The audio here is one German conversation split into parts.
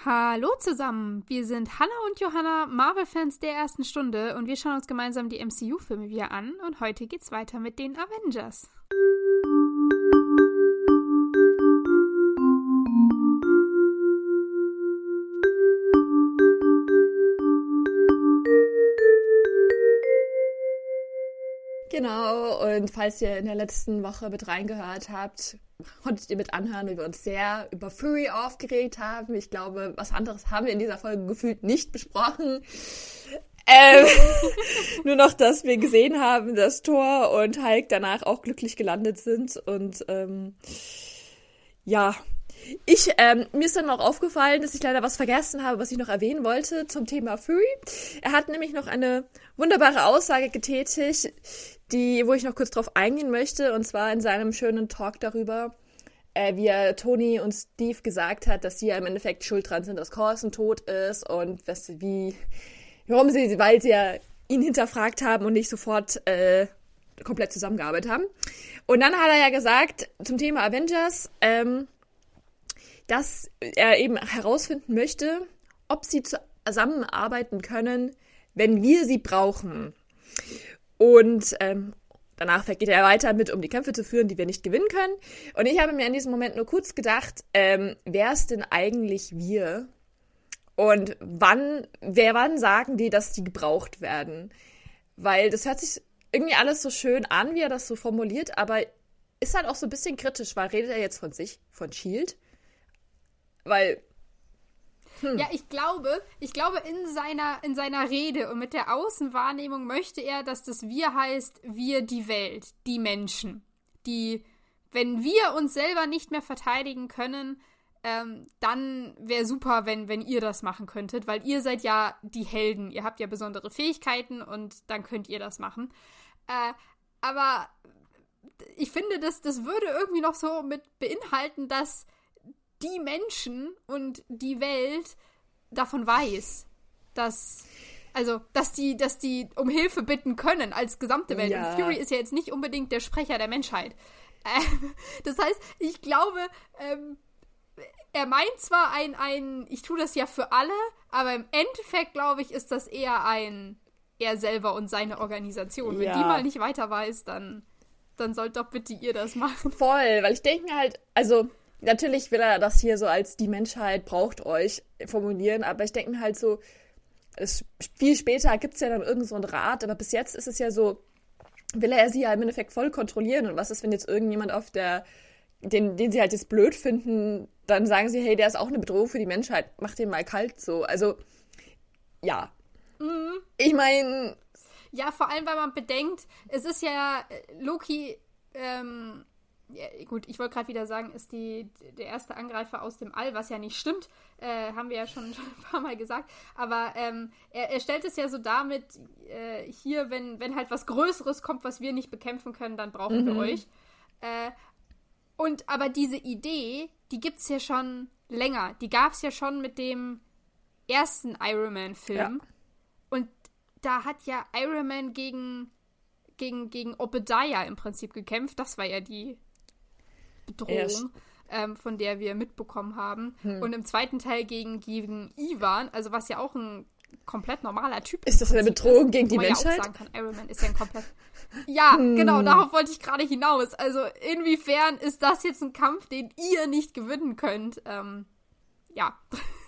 Hallo zusammen, wir sind Hannah und Johanna, Marvel-Fans der ersten Stunde und wir schauen uns gemeinsam die MCU-Filme wieder an und heute geht's weiter mit den Avengers. Genau, und falls ihr in der letzten Woche mit reingehört habt, konntet ihr mit anhören, wie wir uns sehr über Fury aufgeregt haben. Ich glaube, was anderes haben wir in dieser Folge gefühlt nicht besprochen. Nur noch, dass wir gesehen haben, dass Thor und Hulk danach auch glücklich gelandet sind. Und ja, mir ist dann noch aufgefallen, dass ich leider was vergessen habe, was ich noch erwähnen wollte zum Thema Fury. Er hat nämlich noch eine wunderbare Aussage getätigt, wo ich noch kurz drauf eingehen möchte, und zwar in seinem schönen Talk darüber, wie er Tony und Steve gesagt hat, dass sie ja im Endeffekt schuld dran sind, dass Coulson tot ist und weil sie ja ihn hinterfragt haben und nicht sofort komplett zusammengearbeitet haben. Und dann hat er ja gesagt, zum Thema Avengers, dass er eben herausfinden möchte, ob sie zusammenarbeiten können, wenn wir sie brauchen. Und danach geht er weiter mit, um die Kämpfe zu führen, die wir nicht gewinnen können. Und ich habe mir in diesem Moment nur kurz gedacht, wer ist denn eigentlich wir? Und wann sagen die, dass die gebraucht werden? Weil das hört sich irgendwie alles so schön an, wie er das so formuliert, aber ist halt auch so ein bisschen kritisch, weil redet er jetzt von sich, von S.H.I.E.L.D.? Weil Ja, ich glaube, in seiner Rede und mit der Außenwahrnehmung möchte er, dass das Wir heißt, wir die Welt, die Menschen. Die, wenn wir uns selber nicht mehr verteidigen können, dann wäre super, wenn ihr das machen könntet, weil ihr seid ja die Helden. Ihr habt ja besondere Fähigkeiten und dann könnt ihr das machen. Aber ich finde, das würde irgendwie noch so mit beinhalten, dass die Menschen und die Welt davon weiß, dass die um Hilfe bitten können als gesamte Welt. Ja. Und Fury ist ja jetzt nicht unbedingt der Sprecher der Menschheit. Das heißt, ich glaube, er meint zwar ich tue das ja für alle, aber im Endeffekt, glaube ich, ist das eher er selber und seine Organisation. Wenn die mal nicht weiter weiß, dann sollt doch bitte ihr das machen. Voll, weil ich denke halt, also natürlich will er das hier so als die Menschheit braucht euch formulieren, aber ich denke mir halt so, viel später gibt es ja dann irgend so einen Rat, aber bis jetzt ist es ja so, will er sie ja im Endeffekt voll kontrollieren, und was ist, wenn jetzt irgendjemand den sie halt jetzt blöd finden, dann sagen sie, hey, der ist auch eine Bedrohung für die Menschheit, mach den mal kalt so, also ja. Mhm. Ich meine... Ja, vor allem, weil man bedenkt, es ist ja Loki, ja, gut, ich wollte gerade wieder sagen, ist der erste Angreifer aus dem All, was ja nicht stimmt, haben wir ja schon ein paar Mal gesagt, aber er stellt es ja so dar mit, hier, wenn halt was Größeres kommt, was wir nicht bekämpfen können, dann brauchen wir euch. Aber diese Idee, die gibt's ja schon länger, die gab's ja schon mit dem ersten Iron Man-Film, ja. Und da hat ja Iron Man gegen Obadiah im Prinzip gekämpft, das war ja die Bedrohung, von der wir mitbekommen haben. Und im zweiten Teil gegen Ivan, also was ja auch ein komplett normaler Typ ist. Ist das eine Bedrohung gegen die Menschheit? Ja auch sagen kann, Iron Man ist ja ein komplett... Ja, genau, darauf wollte ich gerade hinaus. Also inwiefern ist das jetzt ein Kampf, den ihr nicht gewinnen könnt? Ja.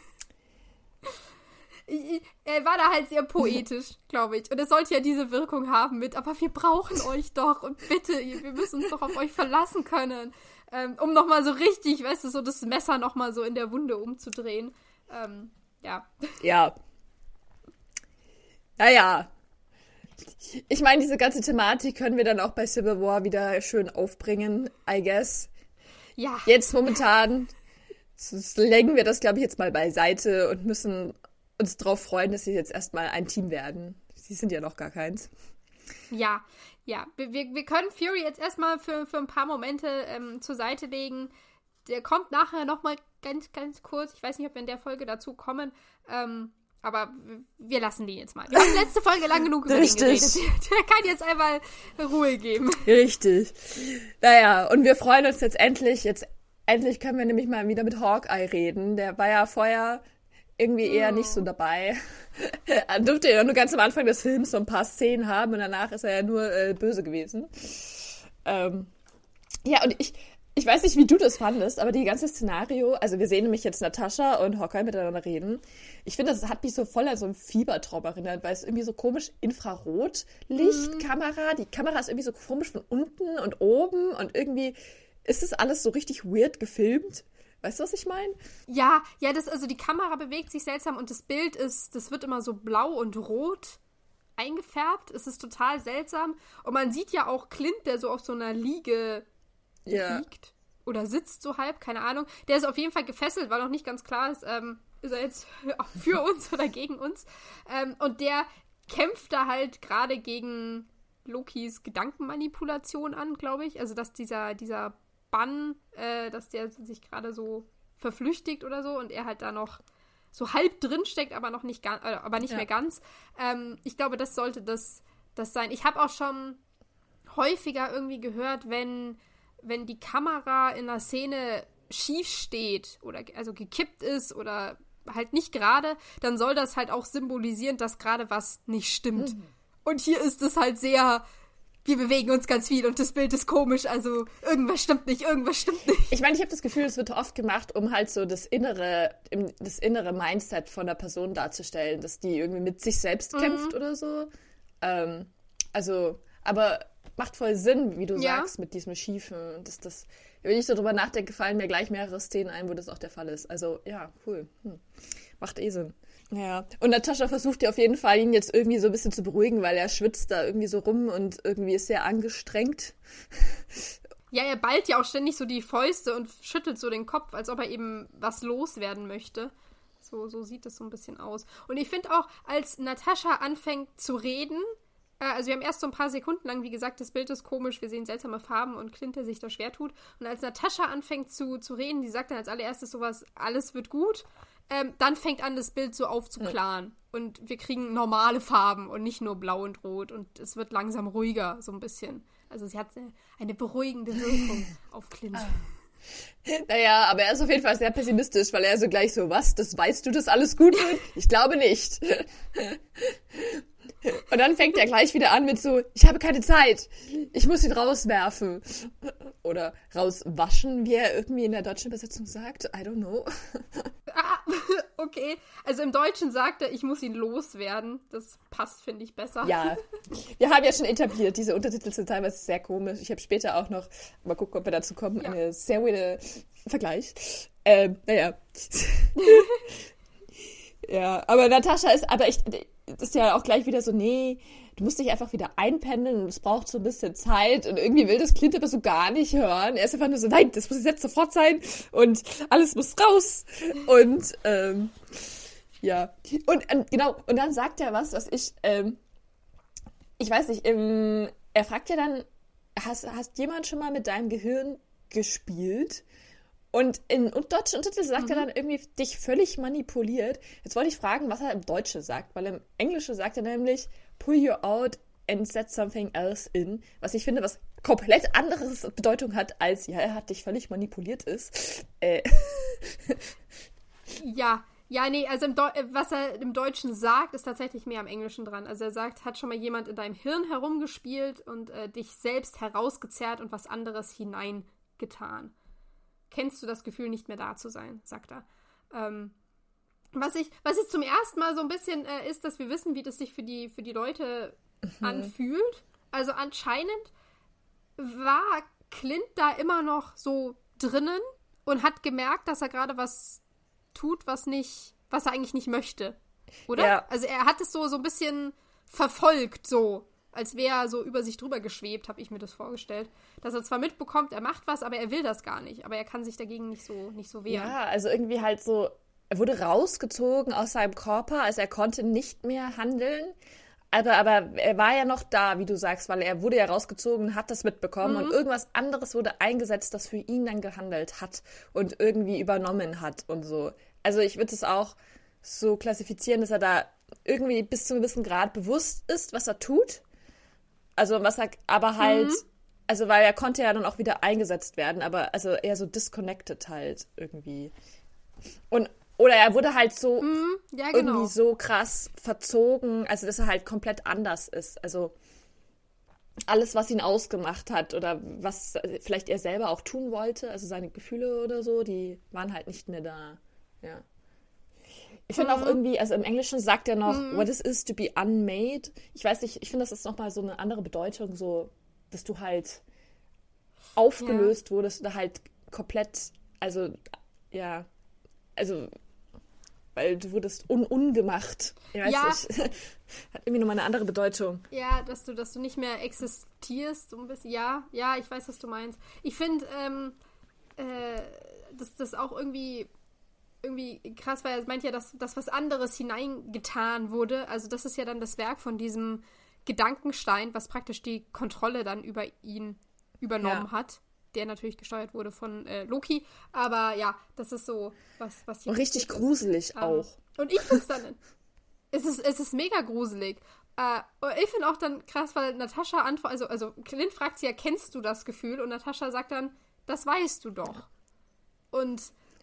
Er war da halt sehr poetisch, glaube ich. Und es sollte ja diese Wirkung haben aber wir brauchen euch doch und bitte, wir müssen uns doch auf euch verlassen können. Um nochmal so richtig, weißt du, so das Messer nochmal so in der Wunde umzudrehen. Ja. Ja. Naja. Ich meine, diese ganze Thematik können wir dann auch bei Civil War wieder schön aufbringen, I guess. Ja. Jetzt momentan legen wir das, glaube ich, jetzt mal beiseite und müssen uns darauf freuen, dass sie jetzt erstmal ein Team werden. Sie sind ja noch gar keins. Ja. Wir können Fury jetzt erstmal für ein paar Momente zur Seite legen. Der kommt nachher nochmal ganz, ganz kurz. Ich weiß nicht, ob wir in der Folge dazu kommen. Aber wir lassen die jetzt mal. Wir haben letzte Folge lang genug über den geredet. Der kann jetzt einmal Ruhe geben. Richtig. Naja, und wir freuen uns jetzt endlich können wir nämlich mal wieder mit Hawkeye reden. Der war ja vorher irgendwie eher nicht so dabei. Er durfte ja nur ganz am Anfang des Films so ein paar Szenen haben und danach ist er ja nur böse gewesen. Ja, und ich weiß nicht, wie du das fandest, aber die ganze Szenario, also wir sehen nämlich jetzt Natascha und Hawkeye miteinander reden. Ich finde, das hat mich so voll an so einen Fiebertraum erinnert, weil es irgendwie so komisch Infrarotlichtkamera, die Kamera ist irgendwie so komisch von unten und oben und irgendwie ist das alles so richtig weird gefilmt. Weißt du, was ich meine? Ja, also die Kamera bewegt sich seltsam und das Bild das wird immer so blau und rot eingefärbt. Es ist total seltsam. Und man sieht ja auch Clint, der so auf so einer Liege liegt oder sitzt so halb, keine Ahnung. Der ist auf jeden Fall gefesselt, weil noch nicht ganz klar ist, ist er jetzt für uns oder gegen uns. Und der kämpft da halt gerade gegen Lokis Gedankenmanipulation an, glaube ich. Also, dass dieser Bann, dass der sich gerade so verflüchtigt oder so und er halt da noch so halb drin steckt, aber noch nicht ganz, aber nicht mehr ganz. Ich glaube, das sollte das sein. Ich habe auch schon häufiger irgendwie gehört, wenn die Kamera in einer Szene schief steht oder also gekippt ist oder halt nicht gerade, dann soll das halt auch symbolisieren, dass gerade was nicht stimmt. Und hier ist es halt sehr, wir bewegen uns ganz viel und das Bild ist komisch, also irgendwas stimmt nicht. Ich meine, ich habe das Gefühl, es wird oft gemacht, um halt so das innere Mindset von der Person darzustellen, dass die irgendwie mit sich selbst kämpft oder so. Also, aber macht voll Sinn, wie du sagst, mit diesem Schiefen. Wenn ich so drüber nachdenke, fallen mir gleich mehrere Szenen ein, wo das auch der Fall ist. Also, ja, cool. Macht Sinn. Ja. Und Natascha versucht ja auf jeden Fall, ihn jetzt irgendwie so ein bisschen zu beruhigen, weil er schwitzt da irgendwie so rum und irgendwie ist sehr angestrengt. Ja, er ballt ja auch ständig so die Fäuste und schüttelt so den Kopf, als ob er eben was loswerden möchte. So sieht es so ein bisschen aus. Und ich finde auch, als Natascha anfängt zu reden, also wir haben erst so ein paar Sekunden lang, wie gesagt, das Bild ist komisch, wir sehen seltsame Farben und Clint, der sich da schwer tut. Und als Natascha anfängt zu reden, die sagt dann als allererstes sowas, alles wird gut, dann fängt an, das Bild so aufzuklaren. Und wir kriegen normale Farben und nicht nur blau und rot. Und es wird langsam ruhiger, so ein bisschen. Also sie hat eine beruhigende Wirkung auf Clint. Naja, aber er ist auf jeden Fall sehr pessimistisch, weil er so gleich so, was, das weißt du, dass alles gut wird? Ich glaube nicht. Und dann fängt er gleich wieder an mit so, ich habe keine Zeit, ich muss ihn rauswerfen. Oder rauswaschen, wie er irgendwie in der deutschen Übersetzung sagt. I don't know. Okay. Also im Deutschen sagt er, ich muss ihn loswerden. Das passt, finde ich, besser. Ja, wir haben ja schon etabliert, diese Untertitel sind teilweise sehr komisch. Ich habe später auch noch, mal gucken, ob wir dazu kommen, eine sehr weirde Vergleich. Naja. Ja, aber Natascha ist ja auch gleich wieder so, nee, du musst dich einfach wieder einpendeln und es braucht so ein bisschen Zeit und irgendwie will das Clint aber so gar nicht hören. Er ist einfach nur so, nein, das muss jetzt sofort sein und alles muss raus und ja. Und genau, und dann sagt er was ich weiß nicht, er fragt ja dann, hast jemand schon mal mit deinem Gehirn gespielt? Und im deutschen Untertitel sagt er dann irgendwie, dich völlig manipuliert. Jetzt wollte ich fragen, was er im Deutschen sagt, weil im Englischen sagt er nämlich, pull you out and set something else in, was ich finde, was komplett anderes Bedeutung hat, als, ja, er hat dich völlig manipuliert ist. Ja, nee, also was er im Deutschen sagt, ist tatsächlich mehr am Englischen dran. Also er sagt, hat schon mal jemand in deinem Hirn herumgespielt und dich selbst herausgezerrt und was anderes hineingetan. Kennst du das Gefühl, nicht mehr da zu sein, sagt er. Was ich zum ersten Mal so ein bisschen ist, dass wir wissen, wie das sich für die Leute anfühlt. Also anscheinend war Clint da immer noch so drinnen und hat gemerkt, dass er gerade was tut, was er eigentlich nicht möchte. Oder? Ja. Also er hat es so ein bisschen verfolgt, so. Als wäre er so über sich drüber geschwebt, habe ich mir das vorgestellt. Dass er zwar mitbekommt, er macht was, aber er will das gar nicht. Aber er kann sich dagegen nicht so wehren. Ja, also irgendwie halt so, er wurde rausgezogen aus seinem Körper, also er konnte nicht mehr handeln. Aber er war ja noch da, wie du sagst, weil er wurde ja rausgezogen, hat das mitbekommen und irgendwas anderes wurde eingesetzt, das für ihn dann gehandelt hat und irgendwie übernommen hat und so. Also ich würde es auch so klassifizieren, dass er da irgendwie bis zu einem gewissen Grad bewusst ist, was er tut. Also was er aber halt, also weil er konnte ja dann auch wieder eingesetzt werden, aber also eher so disconnected halt irgendwie. Und Oder er wurde halt so ja, genau. irgendwie so krass verzogen, also dass er halt komplett anders ist. Also alles, was ihn ausgemacht hat oder was vielleicht er selber auch tun wollte, also seine Gefühle oder so, die waren halt nicht mehr da. Ja. Ich finde auch irgendwie, also im Englischen sagt er noch, what it is to be unmade. Ich weiß nicht, ich finde, das ist nochmal so eine andere Bedeutung, so, dass du halt aufgelöst wurdest oder halt komplett, also, ja, also, weil du wurdest ungemacht. Ich weiß nicht. Hat irgendwie nochmal eine andere Bedeutung. Ja, dass du nicht mehr existierst, so ein bisschen. Ja, ich weiß, was du meinst. Ich finde, dass das auch irgendwie krass, weil er meint ja, dass was anderes hineingetan wurde. Also das ist ja dann das Werk von diesem Gedankenstein, was praktisch die Kontrolle dann über ihn übernommen hat. Der natürlich gesteuert wurde von Loki. Aber ja, das ist so, was hier. Und richtig gruselig auch. Und ich finde es dann, es ist mega gruselig. Und ich finde auch dann krass, weil Natascha antwortet, also Clint fragt sie ja, kennst du das Gefühl? Und Natascha sagt dann, das weißt du doch. Und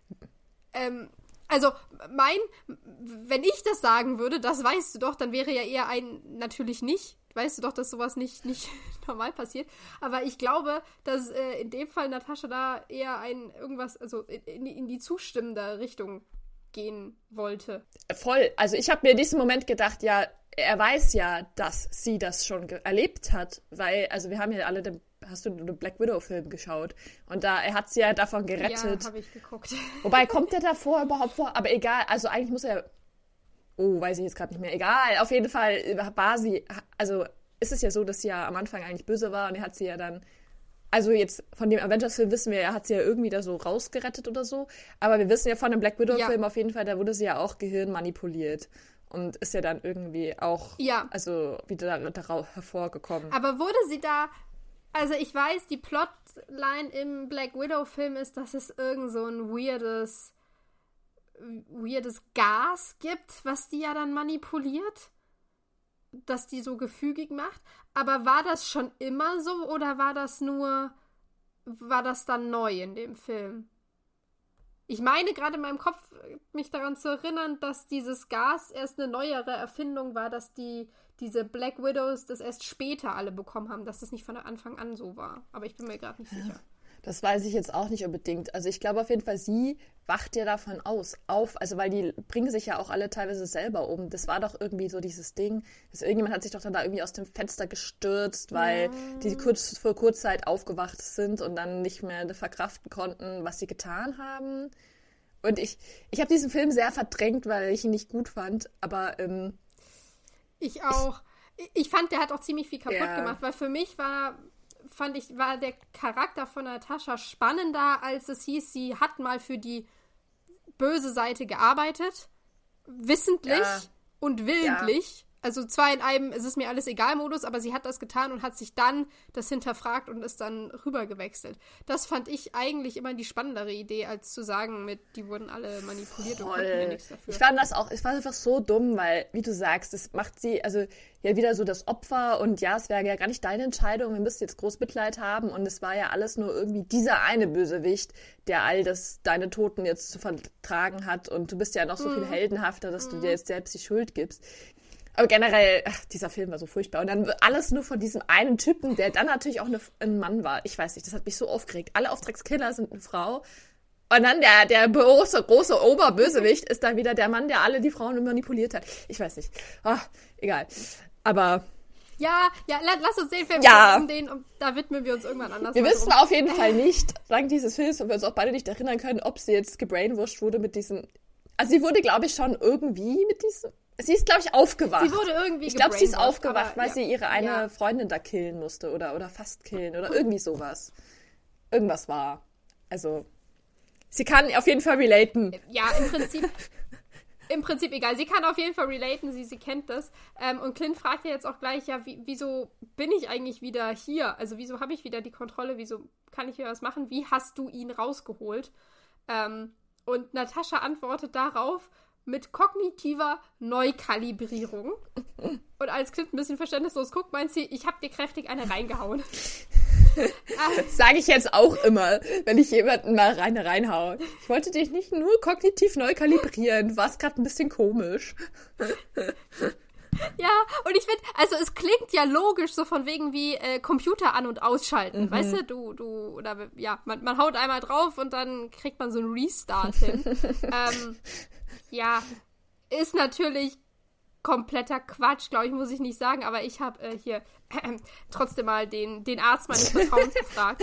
also wenn ich das sagen würde, das weißt du doch, dann wäre ja eher natürlich nicht. Weißt du doch, dass sowas nicht normal passiert. Aber ich glaube, dass in dem Fall Natascha da eher irgendwas, also in die zustimmende Richtung gehen wollte. Voll. Also ich habe mir in diesem Moment gedacht, ja, er weiß ja, dass sie das schon erlebt hat, weil, also wir haben ja alle hast du den Black Widow-Film geschaut? Und er hat sie ja davon gerettet. Ja, habe ich geguckt. Wobei, kommt der davor überhaupt vor? Aber egal, also eigentlich muss er, weiß ich jetzt gerade nicht mehr. Egal, auf jeden Fall war sie, also ist es ja so, dass sie ja am Anfang eigentlich böse war und er hat sie ja dann, also jetzt von dem Avengers-Film wissen wir, er hat sie ja irgendwie da so rausgerettet oder so, aber wir wissen ja von dem Black Widow-Film auf jeden Fall, da wurde sie ja auch gehirnmanipuliert und ist ja dann irgendwie auch, also wieder darauf hervorgekommen. Aber wurde sie da, also ich weiß, die Plotline im Black Widow-Film ist, dass es irgend so ein weirdes Gas gibt, was die ja dann manipuliert, dass die so gefügig macht. Aber war das schon immer so oder war das dann neu in dem Film? Ich meine gerade in meinem Kopf, mich daran zu erinnern, dass dieses Gas erst eine neuere Erfindung war, dass diese Black Widows das erst später alle bekommen haben, dass das nicht von Anfang an so war. Aber ich bin mir gerade nicht sicher. Das weiß ich jetzt auch nicht unbedingt. Also ich glaube auf jeden Fall, sie wacht ja davon auf, also weil die bringen sich ja auch alle teilweise selber um. Das war doch irgendwie so dieses Ding, dass irgendjemand hat sich doch dann da irgendwie aus dem Fenster gestürzt, weil die vor Kurzzeit aufgewacht sind und dann nicht mehr verkraften konnten, was sie getan haben. Und ich habe diesen Film sehr verdrängt, weil ich ihn nicht gut fand, aber ich auch. Ich fand, der hat auch ziemlich viel kaputt gemacht, weil für mich war der Charakter von Natascha spannender, als es hieß, sie hat mal für die böse Seite gearbeitet, wissentlich und willentlich. Also zwar in einem, es ist mir alles egal Modus, aber sie hat das getan und hat sich dann das hinterfragt und ist dann rübergewechselt. Das fand ich eigentlich immer die spannendere Idee, als zu sagen, die wurden alle manipuliert und konnten ja nichts dafür. Ich fand einfach so dumm, weil, wie du sagst, das macht sie, also ja wieder so das Opfer und ja, es wäre ja gar nicht deine Entscheidung, wir müssten jetzt groß Mitleid haben und es war ja alles nur irgendwie dieser eine Bösewicht, der deine Toten jetzt zu vertragen hat und du bist ja noch so viel heldenhafter, dass du dir jetzt selbst die Schuld gibst. Aber generell, dieser Film war so furchtbar. Und dann alles nur von diesem einen Typen, der dann natürlich auch ein Mann war. Ich weiß nicht, das hat mich so aufgeregt. Alle Auftragskiller sind eine Frau. Und dann der große Oberbösewicht ist dann wieder der Mann, der alle die Frauen manipuliert hat. Ich weiß nicht. Egal. Aber... Ja, lass uns den Film den und da widmen wir uns irgendwann anders. Wir wissen auf jeden Fall nicht, dank dieses Films, und wir uns auch beide nicht erinnern können, ob sie jetzt gebrainwashed wurde mit diesem... Also sie wurde, glaube ich, schon irgendwie mit diesem... Sie ist, glaube ich, aufgewacht. Sie wurde irgendwie Ich glaube, sie ist aufgewacht, weil sie ihre eine Freundin da killen musste oder fast killen oder irgendwie sowas. Irgendwas war. Also, sie kann auf jeden Fall relaten. Ja, im Prinzip egal. Sie kann auf jeden Fall relaten, sie kennt das. Und Clint fragt ja jetzt auch gleich, wieso bin ich eigentlich wieder hier? Also, wieso habe ich wieder die Kontrolle? Wieso kann ich wieder was machen? Wie hast du ihn rausgeholt? Und Natascha antwortet darauf, mit kognitiver Neukalibrierung. Und als Clint ein bisschen verständnislos guckt, meint sie, ich hab dir kräftig eine reingehauen. Das sage ich jetzt auch immer, wenn ich jemanden mal reinhaue. Ich wollte dich nicht nur kognitiv neu kalibrieren. Du warst gerade ein bisschen komisch. Ja, und ich finde, also es klingt ja logisch, so von wegen wie Computer an- und ausschalten. Weißt du, oder ja, man haut einmal drauf und dann kriegt man so einen Restart hin. Ja, ist natürlich kompletter Quatsch, glaube ich, muss ich nicht sagen, aber ich habe hier trotzdem mal den Arzt meines Vertrauens gefragt.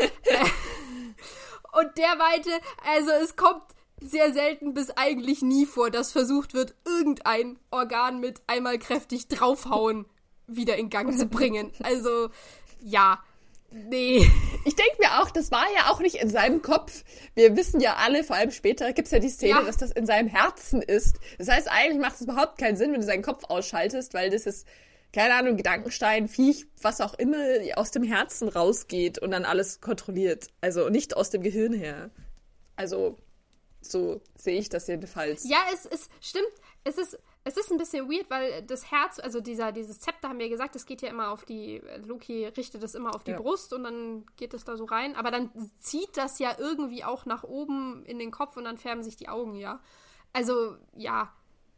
Und der meinte, also es kommt sehr selten bis eigentlich nie vor, dass versucht wird, irgendein Organ mit einmal kräftig draufhauen wieder in Gang zu bringen. Also, ja, nee. Ich denke mir auch, das war ja auch nicht in seinem Kopf. Wir wissen ja alle, vor allem später gibt es ja die Szene, dass das in seinem Herzen ist. Das heißt, eigentlich macht es überhaupt keinen Sinn, wenn du seinen Kopf ausschaltest, weil das ist, keine Ahnung, Gedankenstein, Viech, was auch immer aus dem Herzen rausgeht und dann alles kontrolliert. Also nicht aus dem Gehirn her. Also so sehe ich das jedenfalls. Ja, es stimmt. Es ist ein bisschen weird, weil das Herz, also dieses Zepter, haben wir ja gesagt, das geht ja immer auf die, Loki richtet es immer auf die Brust und dann geht es da so rein. Aber dann zieht das ja irgendwie auch nach oben in den Kopf und dann färben sich die Augen, ja. Also, ja,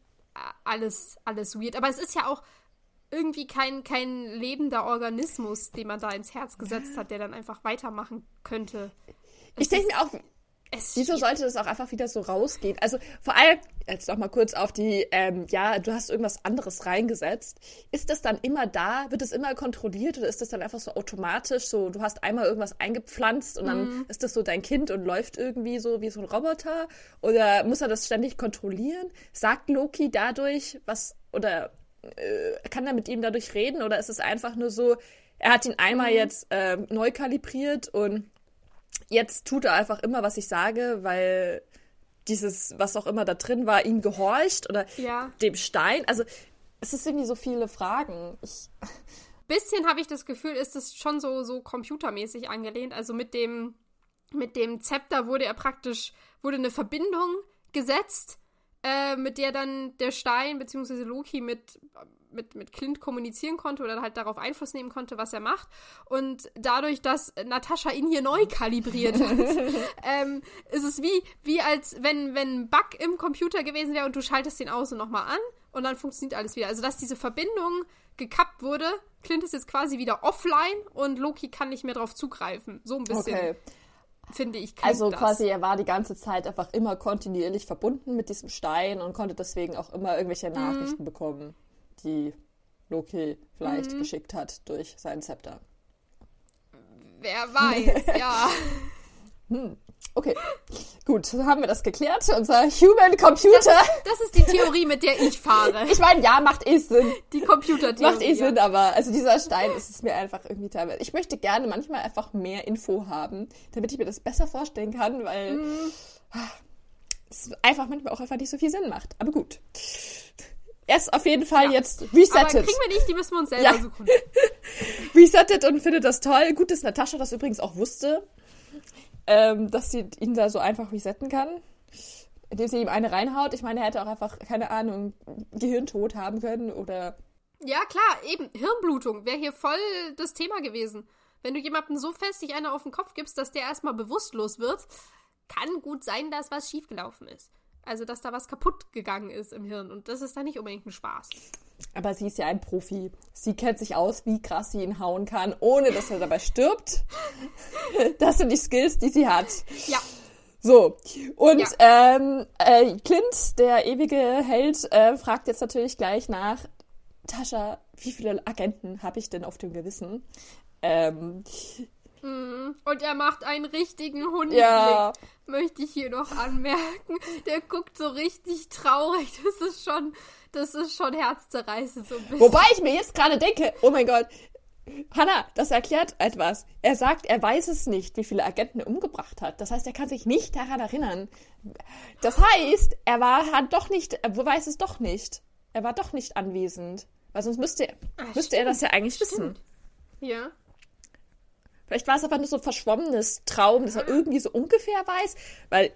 alles weird. Aber es ist ja auch irgendwie kein lebender Organismus, den man da ins Herz gesetzt hat, der dann einfach weitermachen könnte. Ich denke mir auch, wieso sollte das auch einfach wieder so rausgehen? Also vor allem, jetzt noch mal kurz auf die, du hast irgendwas anderes reingesetzt. Ist das dann immer da? Wird es immer kontrolliert oder ist das dann einfach so automatisch? So, du hast einmal irgendwas eingepflanzt und dann ist das so dein Kind und läuft irgendwie so wie so ein Roboter? Oder muss er das ständig kontrollieren? Sagt Loki dadurch was oder kann er mit ihm dadurch reden? Oder ist es einfach nur so, er hat ihn einmal jetzt neu kalibriert und jetzt tut er einfach immer, was ich sage, weil dieses, was auch immer da drin war, ihm gehorcht oder dem Stein. Also es ist irgendwie so viele Fragen. Bisschen habe ich das Gefühl, ist es schon so computermäßig angelehnt. Also mit dem Zepter wurde eine Verbindung gesetzt, mit der dann der Stein bzw. Loki mit Clint kommunizieren konnte oder halt darauf Einfluss nehmen konnte, was er macht. Und dadurch, dass Natascha ihn hier neu kalibriert hat, ist es wie als wenn ein Bug im Computer gewesen wäre und du schaltest den aus und nochmal an und dann funktioniert alles wieder. Also, dass diese Verbindung gekappt wurde, Clint ist jetzt quasi wieder offline und Loki kann nicht mehr drauf zugreifen. So ein bisschen. Okay. Finde ich, also quasi, er war die ganze Zeit einfach immer kontinuierlich verbunden mit diesem Stein und konnte deswegen auch immer irgendwelche Nachrichten bekommen, die Loki vielleicht geschickt hat durch sein Zepter. Wer weiß, ja. Okay, gut, so haben wir das geklärt. Unser Human Computer. Das ist die Theorie, mit der ich fahre. Ich meine, ja, macht Sinn. Die Computertheorie. Macht Sinn, aber also dieser Stein ist es mir einfach irgendwie teilweise. Ich möchte gerne manchmal einfach mehr Info haben, damit ich mir das besser vorstellen kann, weil es einfach manchmal auch einfach nicht so viel Sinn macht. Aber gut. Er ist auf jeden Fall jetzt resettet. Aber kriegen wir nicht, die müssen wir uns selber suchen. Resettet und findet das toll. Gut, dass Natascha das übrigens auch wusste. Dass sie ihn da so einfach resetten kann, indem sie ihm eine reinhaut. Ich meine, er hätte auch einfach, keine Ahnung, Gehirntod haben können oder... Ja, klar, eben. Hirnblutung wäre hier voll das Thema gewesen. Wenn du jemandem so festig eine auf den Kopf gibst, dass der erstmal bewusstlos wird, kann gut sein, dass was schiefgelaufen ist. Also, dass da was kaputt gegangen ist im Hirn. Und das ist dann nicht unbedingt ein Spaß. Aber sie ist ja ein Profi. Sie kennt sich aus, wie krass sie ihn hauen kann, ohne dass er dabei stirbt. Das sind die Skills, die sie hat. Ja. So, und Clint, der ewige Held, fragt jetzt natürlich gleich nach, Tascha, wie viele Agenten habe ich denn auf dem Gewissen? Und er macht einen richtigen Hundeblick, möchte ich hier noch anmerken. Der guckt so richtig traurig. Das ist schon herzzerreißend so ein bisschen. Wobei ich mir jetzt gerade denke, oh mein Gott, Hannah, das erklärt etwas. Er sagt, er weiß es nicht, wie viele Agenten er umgebracht hat. Das heißt, er kann sich nicht daran erinnern. Das heißt, er weiß es doch nicht. Er war doch nicht anwesend. Weil sonst müsste er das ja eigentlich wissen. Ja. Vielleicht war es aber nur so ein verschwommenes Traum, dass er irgendwie so ungefähr weiß. Weil,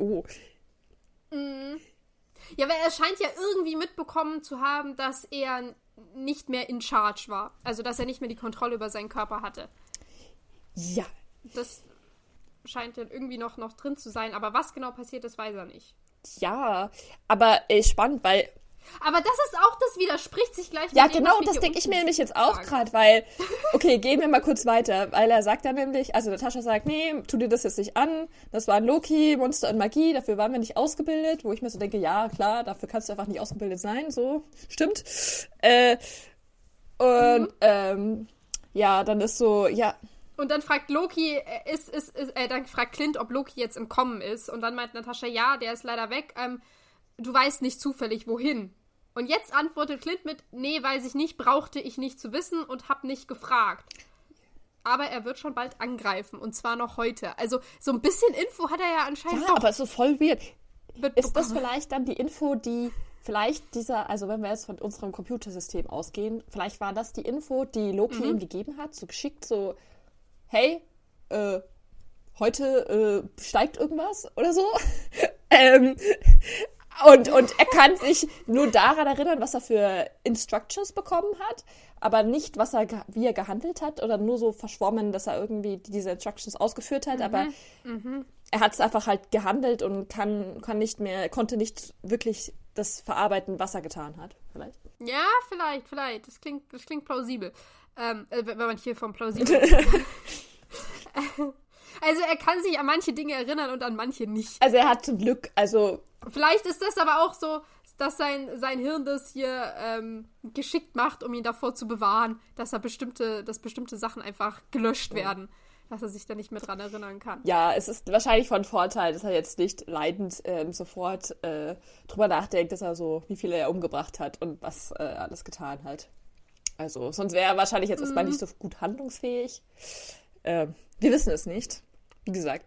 Ja, weil er scheint ja irgendwie mitbekommen zu haben, dass er nicht mehr in charge war. Also, dass er nicht mehr die Kontrolle über seinen Körper hatte. Ja, Das scheint dann irgendwie noch drin zu sein. Aber was genau passiert ist, weiß er nicht. Ja, aber spannend, weil... Aber das ist auch, das widerspricht sich gleich Ja, mit dem, genau, was wir das hier denke ich unten mir nämlich jetzt auch sagen. gerade, weil... Okay, gehen wir mal kurz weiter, weil er sagt dann nämlich, also Natascha sagt, nee, tu dir das jetzt nicht an, das war ein Loki, Monster und Magie, dafür waren wir nicht ausgebildet, wo ich mir so denke, ja, klar, dafür kannst du einfach nicht ausgebildet sein, so, stimmt. Ja, dann ist so, ja... Und dann fragt Loki, dann fragt Clint, ob Loki jetzt entkommen ist. Und dann meint Natascha, ja, der ist leider weg. Du weißt nicht zufällig, wohin. Und jetzt antwortet Clint mit, nee, weiß ich nicht, brauchte ich nicht zu wissen und hab nicht gefragt. Aber er wird schon bald angreifen. Und zwar noch heute. Also so ein bisschen Info hat er ja anscheinend Ja, aber es ist voll weird. mitbekommen. Ist das vielleicht dann die Info, die vielleicht also wenn wir jetzt von unserem Computersystem ausgehen, vielleicht war das die Info, die Loki ihm gegeben hat, so geschickt, so hey, heute steigt irgendwas oder so. Und er kann sich nur daran erinnern, was er für Instructions bekommen hat, aber nicht, wie er gehandelt hat oder nur so verschwommen, dass er irgendwie diese Instructions ausgeführt hat, aber er hat es einfach halt gehandelt und konnte nicht wirklich das verarbeiten, was er getan hat, vielleicht. Ja, vielleicht. Das klingt plausibel. Wenn man hier vom plausibel Also er kann sich an manche Dinge erinnern und an manche nicht. Also er hat zum Glück, Vielleicht ist das aber auch so, dass sein Hirn das hier geschickt macht, um ihn davor zu bewahren, dass bestimmte Sachen einfach gelöscht werden. Dass er sich da nicht mehr dran erinnern kann. Ja, es ist wahrscheinlich von Vorteil, dass er jetzt nicht leidend sofort drüber nachdenkt, wie viele er umgebracht hat und was alles getan hat. Also, sonst wäre er wahrscheinlich jetzt erstmal nicht so gut handlungsfähig. Wir wissen es nicht. Wie gesagt.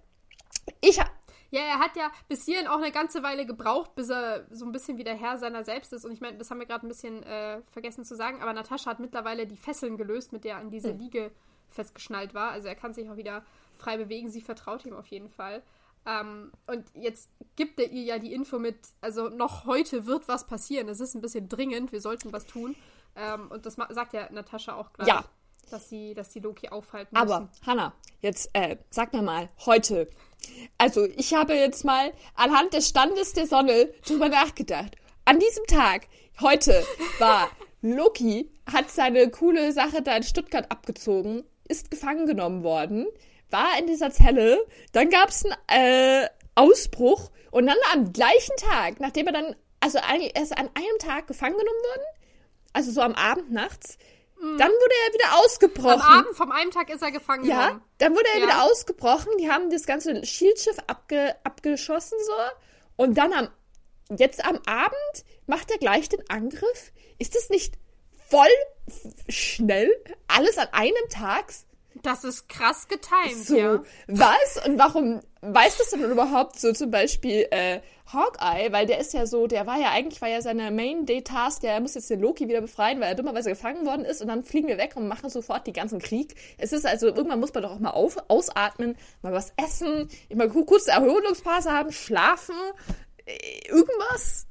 Ja, er hat ja bis hierhin auch eine ganze Weile gebraucht, bis er so ein bisschen wieder Herr seiner selbst ist. Und ich meine, das haben wir gerade ein bisschen vergessen zu sagen, aber Natascha hat mittlerweile die Fesseln gelöst, mit der er an diese Liege festgeschnallt war. Also er kann sich auch wieder frei bewegen. Sie vertraut ihm auf jeden Fall. Und jetzt gibt er ihr ja die Info mit, also noch heute wird was passieren. Es ist ein bisschen dringend, wir sollten was tun. Und das sagt ja Natascha auch gleich. Ja. Dass sie Loki aufhalten müssen. Aber, Hannah, jetzt sag mir mal, heute. Also, ich habe jetzt mal anhand des Standes der Sonne drüber nachgedacht. An diesem Tag, heute, war Loki, hat seine coole Sache da in Stuttgart abgezogen, ist gefangen genommen worden, war in dieser Zelle, dann gab es einen Ausbruch und dann am gleichen Tag, nachdem er dann, also eigentlich erst an einem Tag gefangen genommen worden, also so am Abend nachts, dann wurde er wieder ausgebrochen. Am Abend, vom einen Tag ist er gefangen genommen. Ja, dann wurde er wieder ausgebrochen. Die haben das ganze Shield-Schiff abgeschossen so. Und dann jetzt am Abend macht er gleich den Angriff. Ist das nicht voll schnell? Alles an einem Tag? Das ist krass getimed, so, ja. Was? Und warum weiß das denn überhaupt so zum Beispiel Hawkeye? Weil der war ja seine Main-Day-Task, der muss jetzt den Loki wieder befreien, weil er dummerweise gefangen worden ist und dann fliegen wir weg und machen sofort den ganzen Krieg. Es ist also, irgendwann muss man doch auch mal ausatmen, mal was essen, immer kurz eine Erholungsphase haben, schlafen, irgendwas.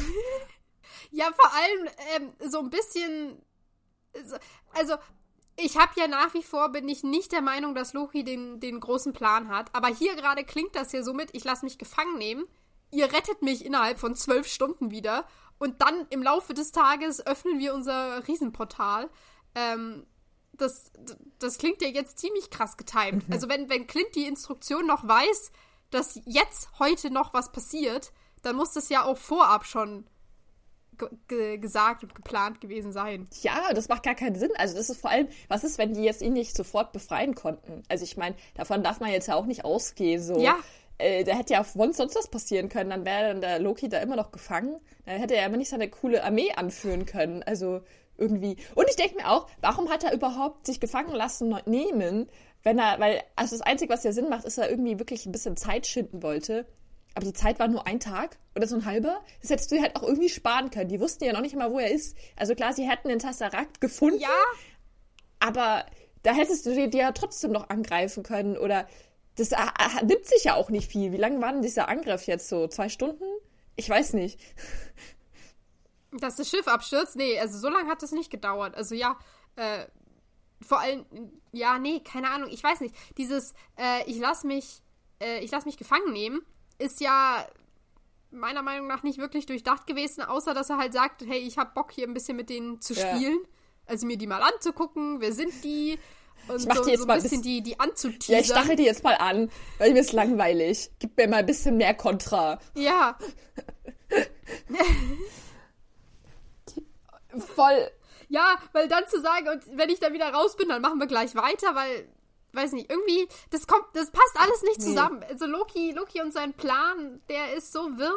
Ja, vor allem so ein bisschen, also ich habe ja nach wie vor, bin ich nicht der Meinung, dass Loki den großen Plan hat. Aber hier gerade klingt das ja so mit, ich lasse mich gefangen nehmen, ihr rettet mich innerhalb von 12 Stunden wieder und dann im Laufe des Tages öffnen wir unser Riesenportal. Das klingt ja jetzt ziemlich krass getimed. Also wenn Clint die Instruktion noch weiß, dass jetzt heute noch was passiert, dann muss das ja auch vorab schon gesagt und geplant gewesen sein. Ja, das macht gar keinen Sinn. Also das ist vor allem, was ist, wenn die jetzt ihn nicht sofort befreien konnten? Also ich meine, davon darf man jetzt ja auch nicht ausgehen. So. Ja. Da hätte ja sonst was passieren können. Dann wäre dann der Loki da immer noch gefangen. Dann hätte er aber nicht seine coole Armee anführen können. Also irgendwie. Und ich denke mir auch, warum hat er überhaupt sich gefangen lassen nehmen, weil das Einzige, was ja Sinn macht, ist, er irgendwie wirklich ein bisschen Zeit schinden wollte. Aber die Zeit war nur ein Tag oder so ein halber. Das hättest du halt auch irgendwie sparen können. Die wussten ja noch nicht mal, wo er ist. Also klar, sie hätten den Tesseract gefunden. Ja. Aber da hättest du die ja trotzdem noch angreifen können. Oder das nimmt sich ja auch nicht viel. Wie lange war denn dieser Angriff jetzt so? 2 Stunden? Ich weiß nicht. Dass das Schiff abstürzt? Nee, also so lange hat das nicht gedauert. Also ja, vor allem, ja, nee, keine Ahnung, ich weiß nicht. Dieses, ich lass mich gefangen nehmen, ist ja meiner Meinung nach nicht wirklich durchdacht gewesen, außer dass er halt sagt, hey, ich hab Bock hier ein bisschen mit denen zu spielen. Also mir die mal anzugucken, wer sind die? Und ich mach die jetzt so mal ein bisschen die anzuteasern. Ja, ich stachel die jetzt mal an, weil mir ist langweilig. Gib mir mal ein bisschen mehr Kontra. Ja. Voll. Ja, weil dann zu sagen, und wenn ich da wieder raus bin, dann machen wir gleich weiter, weil, weiß nicht, irgendwie, das passt alles nicht zusammen. Also Loki und sein Plan, der ist so wirr.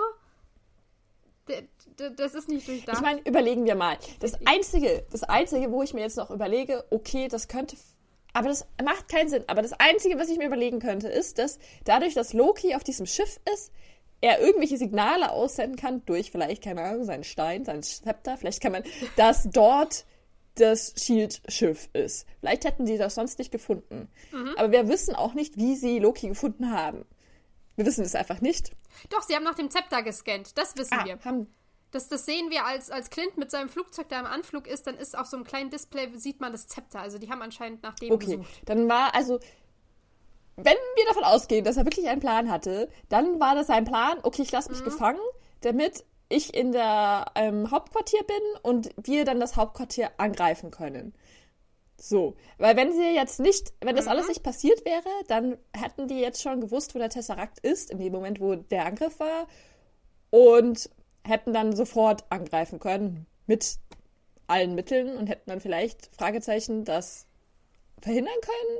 Das ist nicht durchdacht. Ich meine, überlegen wir mal. Das Einzige, wo ich mir jetzt noch überlege, okay, das könnte, aber das macht keinen Sinn. Aber das Einzige, was ich mir überlegen könnte, ist, dass dadurch, dass Loki auf diesem Schiff ist, er irgendwelche Signale aussenden kann durch vielleicht, keine Ahnung, seinen Stein, sein Zepter. Vielleicht kann man, dass dort das Shield-Schiff ist. Vielleicht hätten die das sonst nicht gefunden. Aber wir wissen auch nicht, wie sie Loki gefunden haben. Wir wissen es einfach nicht. Doch, sie haben nach dem Zepter gescannt. Das wissen wir. Das sehen wir, als Clint mit seinem Flugzeug da im Anflug ist, dann ist auf so einem kleinen Display, sieht man das Zepter. Also die haben anscheinend nach dem gesucht. Okay, dann war, also, wenn wir davon ausgehen, dass er wirklich einen Plan hatte, dann war das sein Plan, okay, ich lasse mich gefangen, damit ich in der Hauptquartier bin und wir dann das Hauptquartier angreifen können. So, weil wenn das alles nicht passiert wäre, dann hätten die jetzt schon gewusst, wo der Tesseract ist, in dem Moment, wo der Angriff war, und hätten dann sofort angreifen können mit allen Mitteln und hätten dann vielleicht, Fragezeichen, das verhindern können?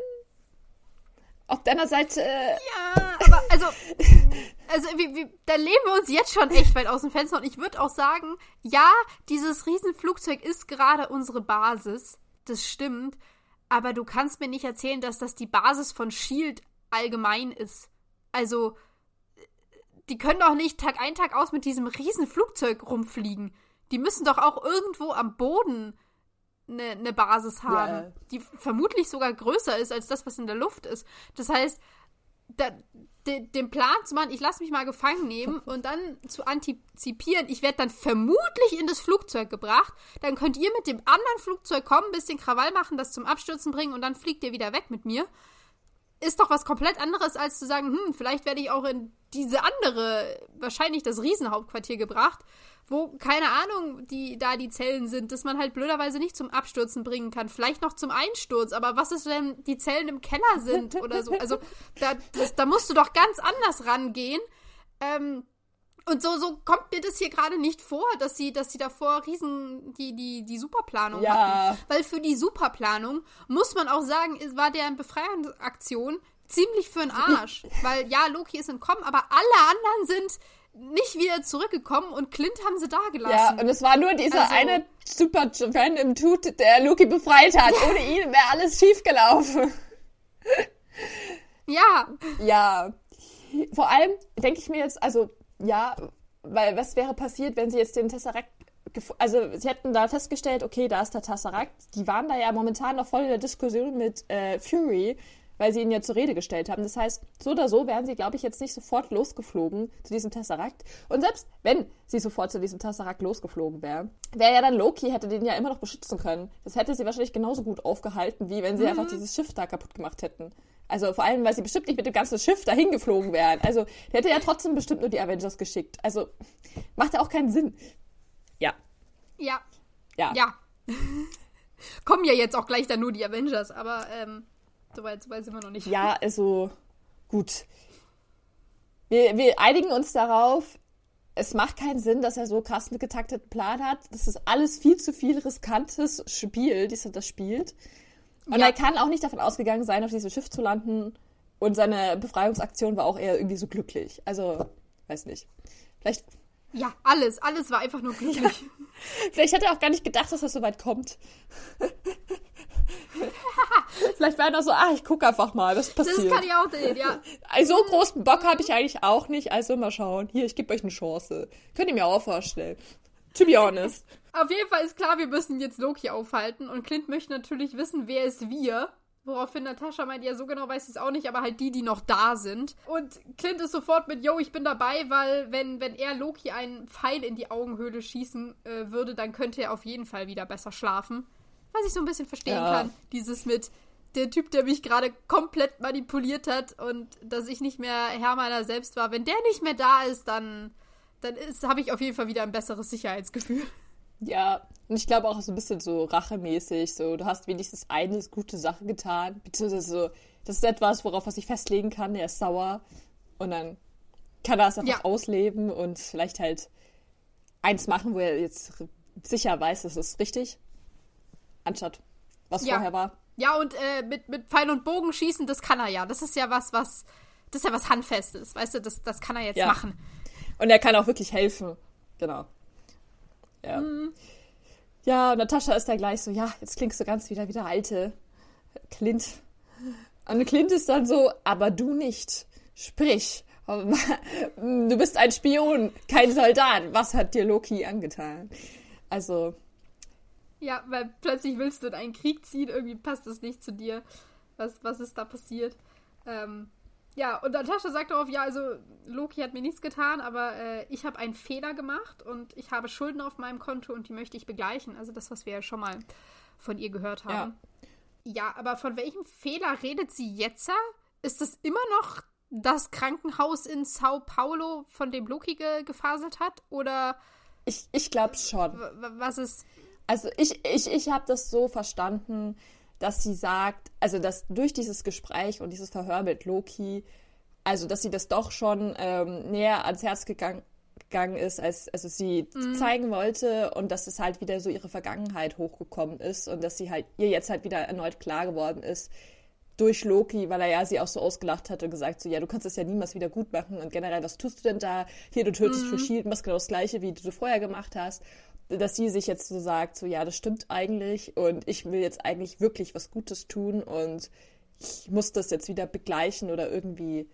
Auf deiner Seite... Ja, aber also da lehnen wir uns jetzt schon echt weit aus dem Fenster, und ich würde auch sagen, ja, dieses Riesenflugzeug ist gerade unsere Basis. Das stimmt, aber du kannst mir nicht erzählen, dass das die Basis von S.H.I.E.L.D. allgemein ist. Also, die können doch nicht Tag ein, Tag aus mit diesem riesen Flugzeug rumfliegen. Die müssen doch auch irgendwo am Boden eine Basis haben, die vermutlich sogar größer ist als das, was in der Luft ist. Das heißt, den Plan zu machen, ich lasse mich mal gefangen nehmen und dann zu antizipieren, ich werde dann vermutlich in das Flugzeug gebracht, dann könnt ihr mit dem anderen Flugzeug kommen, ein bisschen Krawall machen, das zum Abstürzen bringen und dann fliegt ihr wieder weg mit mir. Ist doch was komplett anderes, als zu sagen, vielleicht werde ich auch in diese andere, wahrscheinlich das Riesenhauptquartier gebracht, wo, keine Ahnung, die Zellen sind, dass man halt blöderweise nicht zum Abstürzen bringen kann. Vielleicht noch zum Einsturz, aber was ist, wenn die Zellen im Keller sind oder so? Also, da musst du doch ganz anders rangehen. Und so kommt mir das hier gerade nicht vor, dass sie davor die Superplanung hatten. Weil für die Superplanung, muss man auch sagen, war deren Befreiungsaktion ziemlich für'n Arsch. Weil, ja, Loki ist entkommen, aber alle anderen sind nicht wieder zurückgekommen und Clint haben sie da gelassen. Ja, und es war nur dieser eine super random Dude, der Loki befreit hat. Ja. Ohne ihn wäre alles schiefgelaufen. Ja. Ja. Vor allem denke ich mir jetzt, also, ja, weil was wäre passiert, wenn sie jetzt den Tesseract also sie hätten da festgestellt, okay, da ist der Tesseract. Die waren da ja momentan noch voll in der Diskussion mit Fury, weil sie ihn ja zur Rede gestellt haben. Das heißt, so oder so wären sie, glaube ich, jetzt nicht sofort losgeflogen zu diesem Tesseract. Und selbst wenn sie sofort zu diesem Tesseract losgeflogen wäre ja dann Loki, hätte den ja immer noch beschützen können. Das hätte sie wahrscheinlich genauso gut aufgehalten, wie wenn sie einfach dieses Schiff da kaputt gemacht hätten. Also vor allem, weil sie bestimmt nicht mit dem ganzen Schiff dahin geflogen wären. Also der hätte ja trotzdem bestimmt nur die Avengers geschickt. Also macht ja auch keinen Sinn. Ja. Kommen ja jetzt auch gleich dann nur die Avengers, aber so weit sind wir noch nicht. Ja, also gut. Wir einigen uns darauf, es macht keinen Sinn, dass er so krass einen getakteten Plan hat. Das ist alles viel zu viel riskantes Spiel, das spielt. Und er kann auch nicht davon ausgegangen sein, auf diesem Schiff zu landen. Und seine Befreiungsaktion war auch eher irgendwie so glücklich. Also, weiß nicht. Vielleicht... Ja, alles war einfach nur glücklich. Ja. Vielleicht hat er auch gar nicht gedacht, dass das so weit kommt. Vielleicht war er noch so, ich gucke einfach mal, was passiert. Das kann ich auch sehen, ja. So großen Bock habe ich eigentlich auch nicht, also mal schauen. Hier, ich gebe euch eine Chance. Könnt ihr mir auch vorstellen. To be honest. Auf jeden Fall ist klar, wir müssen jetzt Loki aufhalten und Clint möchte natürlich wissen, wer ist wir. Woraufhin Natascha meint, ja, so genau weiß ich es auch nicht, aber halt die noch da sind. Und Clint ist sofort mit, ich bin dabei, weil wenn er Loki einen Pfeil in die Augenhöhle schießen würde, dann könnte er auf jeden Fall wieder besser schlafen. was ich so ein bisschen verstehen kann. Dieses mit der Typ, der mich gerade komplett manipuliert hat und dass ich nicht mehr Herr meiner selbst war. Wenn der nicht mehr da ist, dann habe ich auf jeden Fall wieder ein besseres Sicherheitsgefühl. Ja, und ich glaube auch so ein bisschen so rachemäßig, so du hast wenigstens eine gute Sache getan, beziehungsweise so, das ist etwas, worauf er sich festlegen kann, er ist sauer und dann kann er es einfach ausleben und vielleicht halt eins machen, wo er jetzt sicher weiß, das ist richtig, anstatt was vorher war. Ja, und mit Pfeil und Bogen schießen, das kann er ja. Das ist ja was Handfestes, weißt du, das kann er jetzt machen. Und er kann auch wirklich helfen, genau. Ja. Ja, und Natascha ist da gleich so, ja, jetzt klingst du ganz wieder wie der alte Clint. Und Clint ist dann so, aber du nicht. Sprich. Du bist ein Spion, kein Soldat. Was hat dir Loki angetan? Also. Ja, weil plötzlich willst du in einen Krieg ziehen, irgendwie passt das nicht zu dir. Was ist da passiert? Ja, und Natascha sagt darauf, ja, also Loki hat mir nichts getan, aber ich habe einen Fehler gemacht und ich habe Schulden auf meinem Konto und die möchte ich begleichen. Also das, was wir ja schon mal von ihr gehört haben. Ja, aber von welchem Fehler redet sie jetzt? Ist das immer noch das Krankenhaus in Sao Paulo, von dem Loki gefaselt hat? Oder? Ich glaube schon. Was ist? Also ich habe das so verstanden, dass sie sagt, also dass durch dieses Gespräch und dieses Verhör mit Loki, also dass sie das doch schon näher ans Herz gegangen ist, als also sie zeigen wollte und dass es halt wieder so ihre Vergangenheit hochgekommen ist und dass sie halt ihr jetzt halt wieder erneut klar geworden ist durch Loki, weil er ja sie auch so ausgelacht hat und gesagt so, ja, du kannst das ja niemals wieder gut machen und generell, was tust du denn da? Hier, du tötest für S.H.I.E.L.D., machst genau das Gleiche, wie du vorher gemacht hast. Dass sie sich jetzt so sagt, so ja, das stimmt eigentlich und ich will jetzt eigentlich wirklich was Gutes tun und ich muss das jetzt wieder begleichen oder irgendwie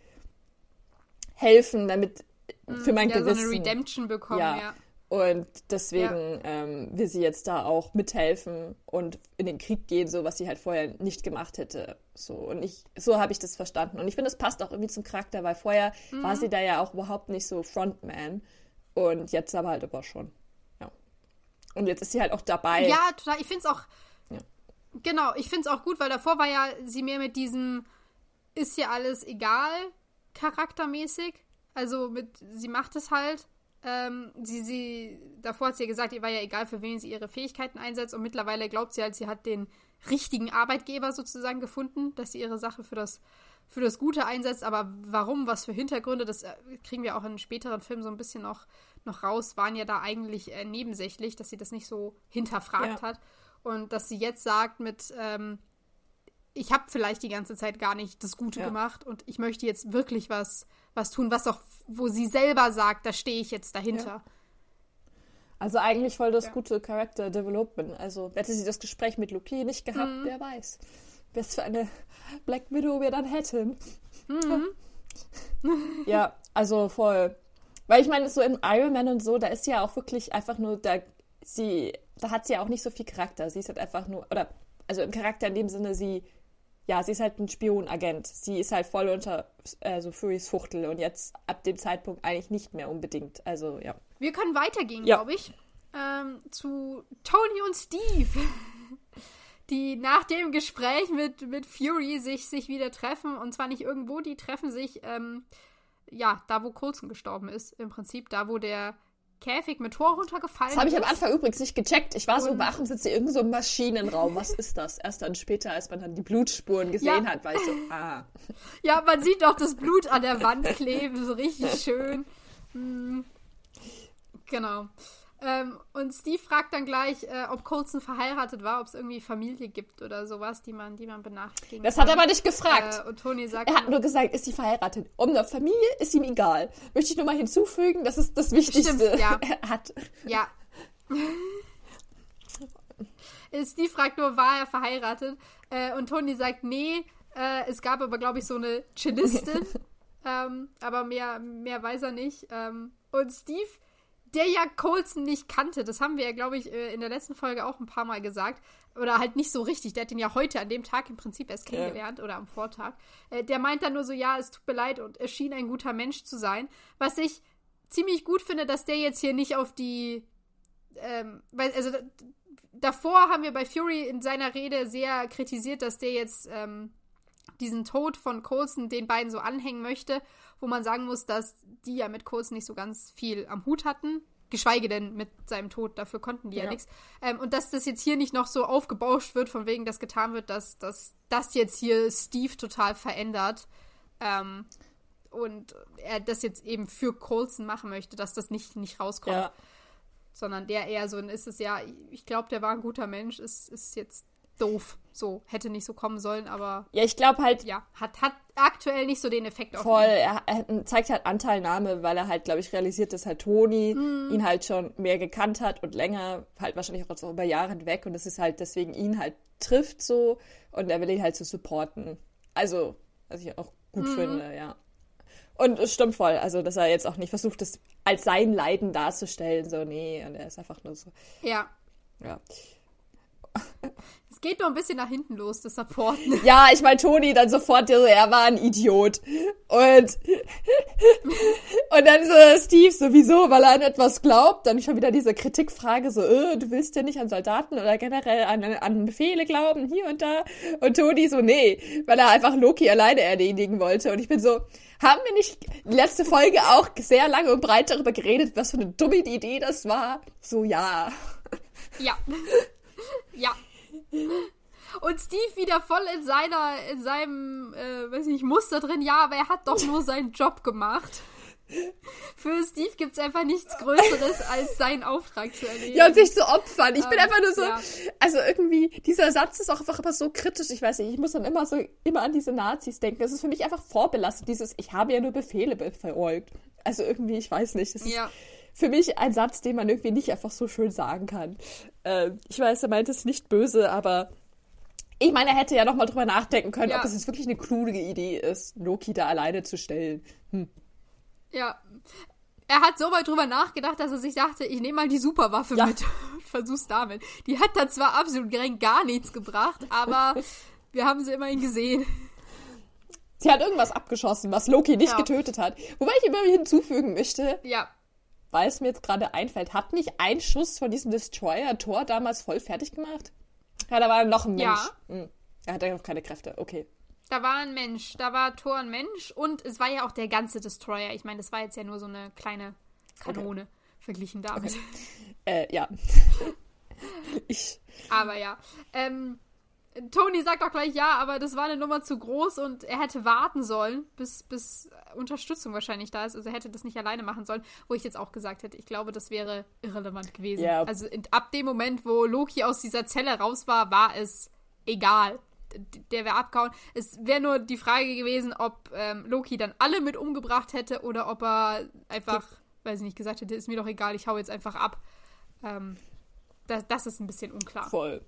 helfen, damit für mein Gewissen. So eine Redemption bekommen, ja. Und deswegen will sie jetzt da auch mithelfen und in den Krieg gehen, so was sie halt vorher nicht gemacht hätte. So habe ich das verstanden. Und ich finde, das passt auch irgendwie zum Charakter, weil vorher war sie da ja auch überhaupt nicht so Frontman und jetzt aber halt aber schon. Und jetzt ist sie halt auch dabei. Ja, total. Ich finde es auch, genau, ich finde es auch gut, weil davor war ja sie mehr mit diesem ist ja alles egal charaktermäßig. Also sie macht es halt. Davor hat sie ja gesagt, ihr war ja egal, für wen sie ihre Fähigkeiten einsetzt und mittlerweile glaubt sie halt, sie hat den richtigen Arbeitgeber sozusagen gefunden, dass sie ihre Sache für das Gute einsetzt, aber warum, was für Hintergründe, das kriegen wir auch in späteren Filmen so ein bisschen noch raus, waren ja da eigentlich nebensächlich, dass sie das nicht so hinterfragt hat und dass sie jetzt sagt ich habe vielleicht die ganze Zeit gar nicht das Gute gemacht und ich möchte jetzt wirklich was tun, was auch, wo sie selber sagt, da stehe ich jetzt dahinter. Ja. Also eigentlich voll das gute Character Development. Also hätte sie das Gespräch mit Loki nicht gehabt, wer weiß, was für eine Black Widow wir dann hätten. Ja, also voll. Weil ich meine, so in Iron Man und so, da ist sie ja auch wirklich einfach nur, da hat sie ja auch nicht so viel Charakter. Sie ist halt einfach nur, also im Charakter in dem Sinne, sie ist halt ein Spionagent. Sie ist halt voll unter Furys Fuchtel und jetzt ab dem Zeitpunkt eigentlich nicht mehr unbedingt. Also, ja. Wir können weitergehen, glaube ich, zu Tony und Steve, die nach dem Gespräch mit Fury sich wieder treffen. Und zwar nicht irgendwo, die treffen sich, da wo Coulson gestorben ist, im Prinzip. Da, wo der Käfig mit Thor runtergefallen ist. Das habe ich am Anfang übrigens nicht gecheckt. Ich war so, warum sitzt hier irgend so im Maschinenraum? Was ist das? Erst dann später, als man dann die Blutspuren gesehen hat, war ich so, Ja, man sieht doch das Blut an der Wand kleben, so richtig schön. Genau. Und Steve fragt dann gleich, ob Coulson verheiratet war, ob es irgendwie Familie gibt oder sowas, die man benachrichtigen Das hat er aber nicht gefragt. Und Tony sagt, er hat nur gesagt, ist sie verheiratet? Um eine Familie ist ihm egal. Möchte ich nur mal hinzufügen, das ist das Wichtigste. Stimmt, ja. Er hat. Ja. Steve fragt nur, war er verheiratet? Und Tony sagt, nee. Es gab aber, glaube ich, so eine Cellistin. Aber mehr weiß er nicht. Und Steve, der ja Coulson nicht kannte, das haben wir ja, glaube ich, in der letzten Folge auch ein paar Mal gesagt, oder halt nicht so richtig, der hat ihn ja heute an dem Tag im Prinzip erst kennengelernt, oder am Vortag, der meint dann nur so, ja, es tut mir leid und er schien ein guter Mensch zu sein, was ich ziemlich gut finde, dass der jetzt hier nicht auf die, davor haben wir bei Fury in seiner Rede sehr kritisiert, dass der jetzt diesen Tod von Coulson den beiden so anhängen möchte, wo man sagen muss, dass die ja mit Coulson nicht so ganz viel am Hut hatten. Geschweige denn mit seinem Tod, dafür konnten die ja nichts. Und dass das jetzt hier nicht noch so aufgebauscht wird, von wegen, dass getan wird, dass das jetzt hier Steve total verändert. Und er das jetzt eben für Coulson machen möchte, dass das nicht rauskommt. Ja. Sondern der eher so ist es ja, ich glaube, der war ein guter Mensch, ist jetzt doof. So, hätte nicht so kommen sollen, aber... Ja, ich glaube halt... Ja, hat aktuell nicht so den Effekt auf voll, er zeigt halt Anteilnahme, weil er halt, glaube ich, realisiert, dass halt Tony ihn halt schon mehr gekannt hat und länger, halt wahrscheinlich auch über Jahre hinweg und es ist halt deswegen ihn halt trifft so und er will ihn halt so supporten. Also, was ich auch gut finde, ja. Und es stimmt voll, also, dass er jetzt auch nicht versucht, das als sein Leiden darzustellen, so, nee, und er ist einfach nur so... Ja. Es geht nur ein bisschen nach hinten los, das Supporten. Ja, ich meine, Tony dann sofort, er war ein Idiot. Und dann so Steve sowieso, weil er an etwas glaubt. Dann schon wieder diese Kritikfrage, so, du willst ja nicht an Soldaten oder generell an Befehle glauben, hier und da. Und Tony so, nee, weil er einfach Loki alleine erledigen wollte. Und ich bin so, haben wir nicht letzte Folge auch sehr lange und breit darüber geredet, was für eine dumme Idee das war? So, ja. Ja. Ja. Und Steve wieder voll in seinem, weiß nicht, Muster drin. Ja, aber er hat doch nur seinen Job gemacht. Für Steve gibt's einfach nichts Größeres, als seinen Auftrag zu erledigen. Ja, und sich zu opfern. Ich bin einfach nur so, also irgendwie, dieser Satz ist auch einfach immer so kritisch. Ich weiß nicht, ich muss dann immer an diese Nazis denken. Das ist für mich einfach vorbelastet, ich habe ja nur Befehle befolgt. Also irgendwie, ich weiß nicht, das ist für mich ein Satz, den man irgendwie nicht einfach so schön sagen kann. Ich weiß, er meint es nicht böse, aber ich meine, er hätte ja noch mal drüber nachdenken können, ob es jetzt wirklich eine kluge Idee ist, Loki da alleine zu stellen. Ja, er hat so weit drüber nachgedacht, dass er sich dachte, ich nehme mal die Superwaffe mit und versuch's damit. Die hat da zwar absolut gar nichts gebracht, aber wir haben sie immerhin gesehen. Sie hat irgendwas abgeschossen, was Loki nicht getötet hat. Wobei ich immer hinzufügen möchte, weil es mir jetzt gerade einfällt, hat nicht ein Schuss von diesem Destroyer Thor damals voll fertig gemacht? Ja, da war noch ein Mensch. Ja. Er hat ja noch keine Kräfte, okay. Da war ein Mensch, da war Thor ein Mensch und es war ja auch der ganze Destroyer. Ich meine, das war jetzt ja nur so eine kleine Kanone verglichen damit. Okay. Ja. Aber ja. Tony sagt auch gleich, aber das war eine Nummer zu groß und er hätte warten sollen, bis Unterstützung wahrscheinlich da ist. Also er hätte das nicht alleine machen sollen, wo ich jetzt auch gesagt hätte, ich glaube, das wäre irrelevant gewesen. Yeah. Also ab dem Moment, wo Loki aus dieser Zelle raus war es egal. Der wäre abgehauen. Es wäre nur die Frage gewesen, ob Loki dann alle mit umgebracht hätte oder ob er einfach, weiß ich nicht, gesagt hätte, ist mir doch egal, ich hau jetzt einfach ab. Das ist ein bisschen unklar. Voll.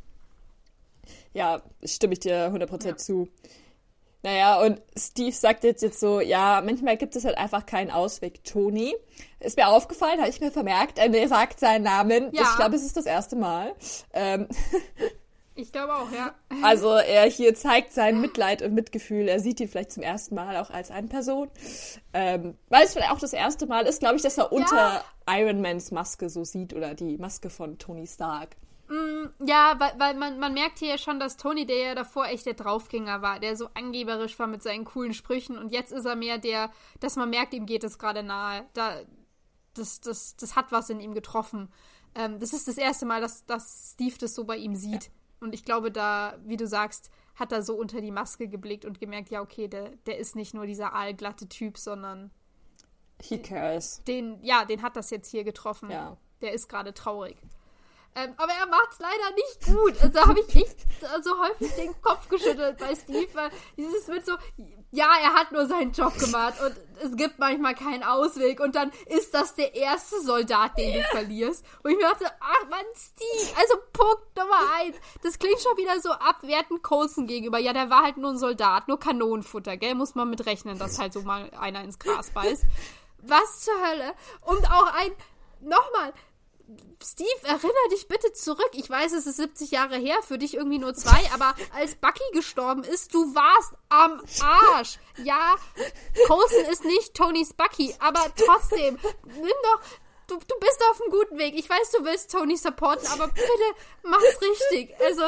Ja, stimme ich dir 100% zu. Naja, und Steve sagt jetzt so, manchmal gibt es halt einfach keinen Ausweg. Tony, ist mir aufgefallen, habe ich mir vermerkt, er sagt seinen Namen. Ja. Ich glaube, es ist das erste Mal. Ich glaube auch, ja. Also er hier zeigt sein Mitleid und Mitgefühl. Er sieht ihn vielleicht zum ersten Mal auch als eine Person. Weil es vielleicht auch das erste Mal ist, glaube ich, dass er unter Iron Mans Maske so sieht oder die Maske von Tony Stark. Ja, weil man merkt hier ja schon, dass Tony, der ja davor echt der Draufgänger war, der so angeberisch war mit seinen coolen Sprüchen und jetzt ist er mehr dass man merkt, ihm geht es gerade nahe. Das hat was in ihm getroffen. Das ist das erste Mal, dass Steve das so bei ihm sieht. Ja. Und ich glaube, da, wie du sagst, hat er so unter die Maske geblickt und gemerkt, ja, okay, der ist nicht nur dieser aalglatte Typ, sondern he cares. Den hat das jetzt hier getroffen. Ja. Der ist gerade traurig. Aber er macht's leider nicht gut. Also habe ich echt so häufig den Kopf geschüttelt bei Steve, weil dieses mit so, er hat nur seinen Job gemacht und es gibt manchmal keinen Ausweg und dann ist das der erste Soldat, den du verlierst. Und ich mir dachte, ach Mann, Steve, also Punkt Nummer 1. Das klingt schon wieder so abwertend Coulson gegenüber. Ja, der war halt nur ein Soldat, nur Kanonenfutter, gell? Muss man mit rechnen, dass halt so mal einer ins Gras beißt. Was zur Hölle? Und auch nochmal, Steve, erinnere dich bitte zurück. Ich weiß, es ist 70 Jahre her, für dich irgendwie nur 2, aber als Bucky gestorben ist, du warst am Arsch. Ja, Coulson ist nicht Tonys Bucky, aber trotzdem, du bist auf einem guten Weg. Ich weiß, du willst Tony supporten, aber bitte mach's richtig. Also,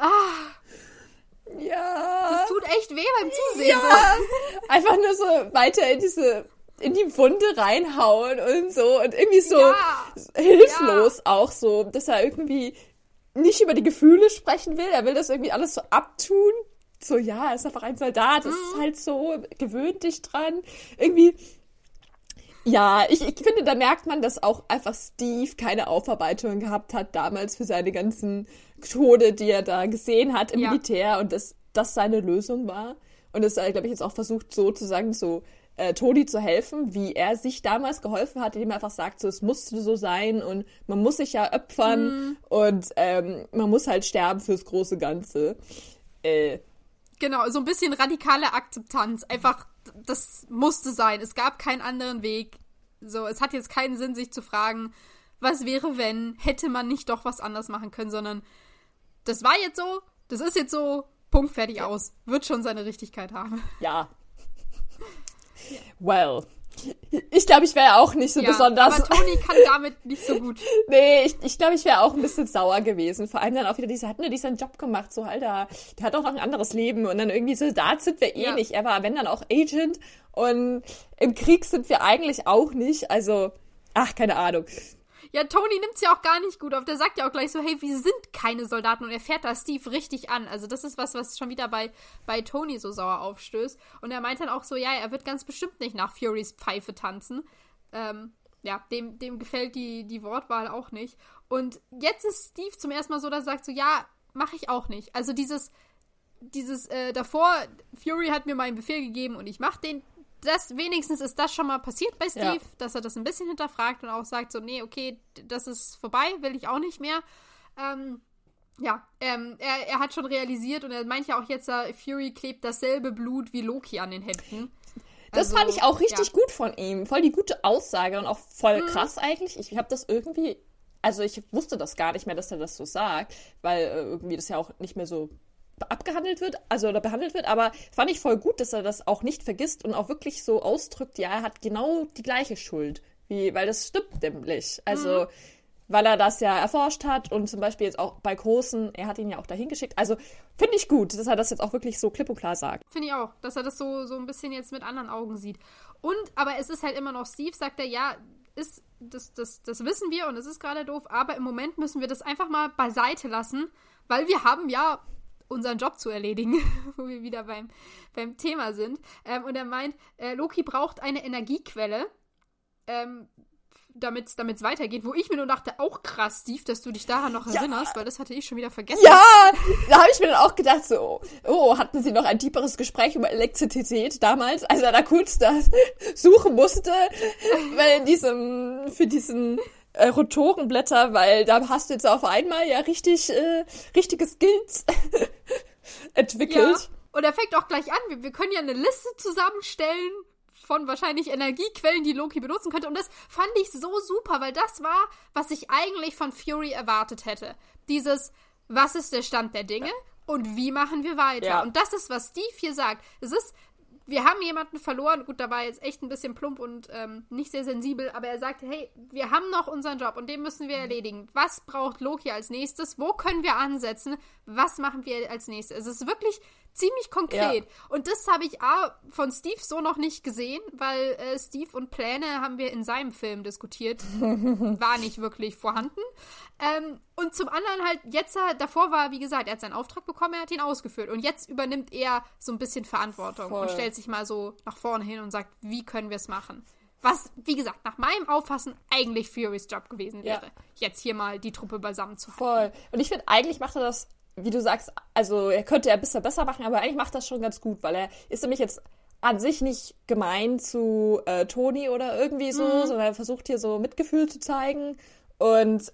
ja. Das tut echt weh beim Zusehen. Ja. Einfach nur so weiter in die Wunde reinhauen und so. Und irgendwie so hilflos auch so, dass er irgendwie nicht über die Gefühle sprechen will. Er will das irgendwie alles so abtun. So, ja, er ist einfach ein Soldat. Das ist halt so, gewöhnt dich dran. Irgendwie, ja, ich finde, da merkt man, dass auch einfach Steve keine Aufarbeitung gehabt hat damals für seine ganzen Tode, die er da gesehen hat im Militär und dass das seine Lösung war. Und dass er, glaube ich, jetzt auch versucht, sozusagen so Tony zu helfen, wie er sich damals geholfen hat, indem er einfach sagt, so, es musste so sein und man muss sich ja opfern und man muss halt sterben fürs große Ganze. Genau, so ein bisschen radikale Akzeptanz. Einfach, das musste sein. Es gab keinen anderen Weg. So, es hat jetzt keinen Sinn, sich zu fragen, was wäre, wenn, hätte man nicht doch was anders machen können, sondern das war jetzt so, das ist jetzt so, Punkt, fertig, aus. Wird schon seine Richtigkeit haben. Ja. Well. Ich glaube, ich wäre auch nicht so besonders... aber Tony kann damit nicht so gut. Nee, ich glaube, ich wäre auch ein bisschen sauer gewesen. Vor allem dann auch wieder hat nur diesen Job gemacht, so, Alter, der hat auch noch ein anderes Leben und dann irgendwie Soldat sind wir nicht. Er war, wenn dann auch Agent und im Krieg sind wir eigentlich auch nicht. Also, keine Ahnung. Ja, Tony nimmt's ja auch gar nicht gut auf. Der sagt ja auch gleich so, hey, wir sind keine Soldaten. Und er fährt da Steve richtig an. Also das ist was schon wieder bei Tony so sauer aufstößt. Und er meint dann auch so, ja, er wird ganz bestimmt nicht nach Furys Pfeife tanzen. Dem gefällt die Wortwahl auch nicht. Und jetzt ist Steve zum ersten Mal so, dass er sagt so, ja, mache ich auch nicht. Also davor, Fury hat mir meinen Befehl gegeben und ich mache den. Wenigstens ist das schon mal passiert bei Steve, dass er das ein bisschen hinterfragt und auch sagt so, nee, okay, das ist vorbei, will ich auch nicht mehr. Er hat schon realisiert und er meint ja auch jetzt, Fury klebt dasselbe Blut wie Loki an den Händen. Das fand ich auch richtig gut von ihm. Voll die gute Aussage und auch voll krass eigentlich. Ich habe das irgendwie, also ich wusste das gar nicht mehr, dass er das so sagt, weil irgendwie das ja auch nicht mehr so abgehandelt wird, oder behandelt wird, aber fand ich voll gut, dass er das auch nicht vergisst und auch wirklich so ausdrückt, ja, er hat genau die gleiche Schuld, weil das stimmt nämlich. Also, weil er das ja erforscht hat und zum Beispiel jetzt auch bei Großen, er hat ihn ja auch dahin geschickt. Also, finde ich gut, dass er das jetzt auch wirklich so klipp und klar sagt. Finde ich auch, dass er das so ein bisschen jetzt mit anderen Augen sieht. Aber es ist halt immer noch Steve, sagt er, ja, das wissen wir und es ist gerade doof, aber im Moment müssen wir das einfach mal beiseite lassen, weil wir haben ja unseren Job zu erledigen, wo wir wieder beim Thema sind. Und er meint, Loki braucht eine Energiequelle, damit es weitergeht. Wo ich mir nur dachte, auch krass, Steve, dass du dich daran noch erinnerst, weil das hatte ich schon wieder vergessen. Ja, da habe ich mir dann auch gedacht, so, hatten sie noch ein tieferes Gespräch über Elektrizität damals, als er da kurz das suchen musste, weil für diesen Rotorenblätter, weil da hast du jetzt auf einmal ja richtige Skills entwickelt. Ja. Und er fängt auch gleich an, wir können ja eine Liste zusammenstellen von wahrscheinlich Energiequellen, die Loki benutzen könnte. Und das fand ich so super, weil das war, was ich eigentlich von Fury erwartet hätte. Was ist der Stand der Dinge und wie machen wir weiter? Ja. Und das ist, was Steve hier sagt. Wir haben jemanden verloren. Gut, da war jetzt echt ein bisschen plump und nicht sehr sensibel, aber er sagt, hey, wir haben noch unseren Job und den müssen wir erledigen. Was braucht Loki als nächstes? Wo können wir ansetzen? Was machen wir als nächstes? Es ist wirklich ziemlich konkret. Ja. Und das habe ich von Steve so noch nicht gesehen, weil Steve und Pläne haben wir in seinem Film diskutiert. War nicht wirklich vorhanden. Und zum anderen halt, davor war, wie gesagt, er hat seinen Auftrag bekommen, er hat ihn ausgeführt. Und jetzt übernimmt er so ein bisschen Verantwortung und stellt sich mal so nach vorne hin und sagt, wie können wir es machen? Was, wie gesagt, nach meinem Auffassen eigentlich Furys Job gewesen wäre. Ja. Jetzt hier mal die Truppe beisammen zu halten. Voll. Und ich finde, eigentlich macht er das, wie du sagst, also er könnte ja ein bisschen besser machen, aber eigentlich macht das schon ganz gut, weil er ist nämlich jetzt an sich nicht gemein zu Tony oder irgendwie so, sondern er versucht hier so Mitgefühl zu zeigen und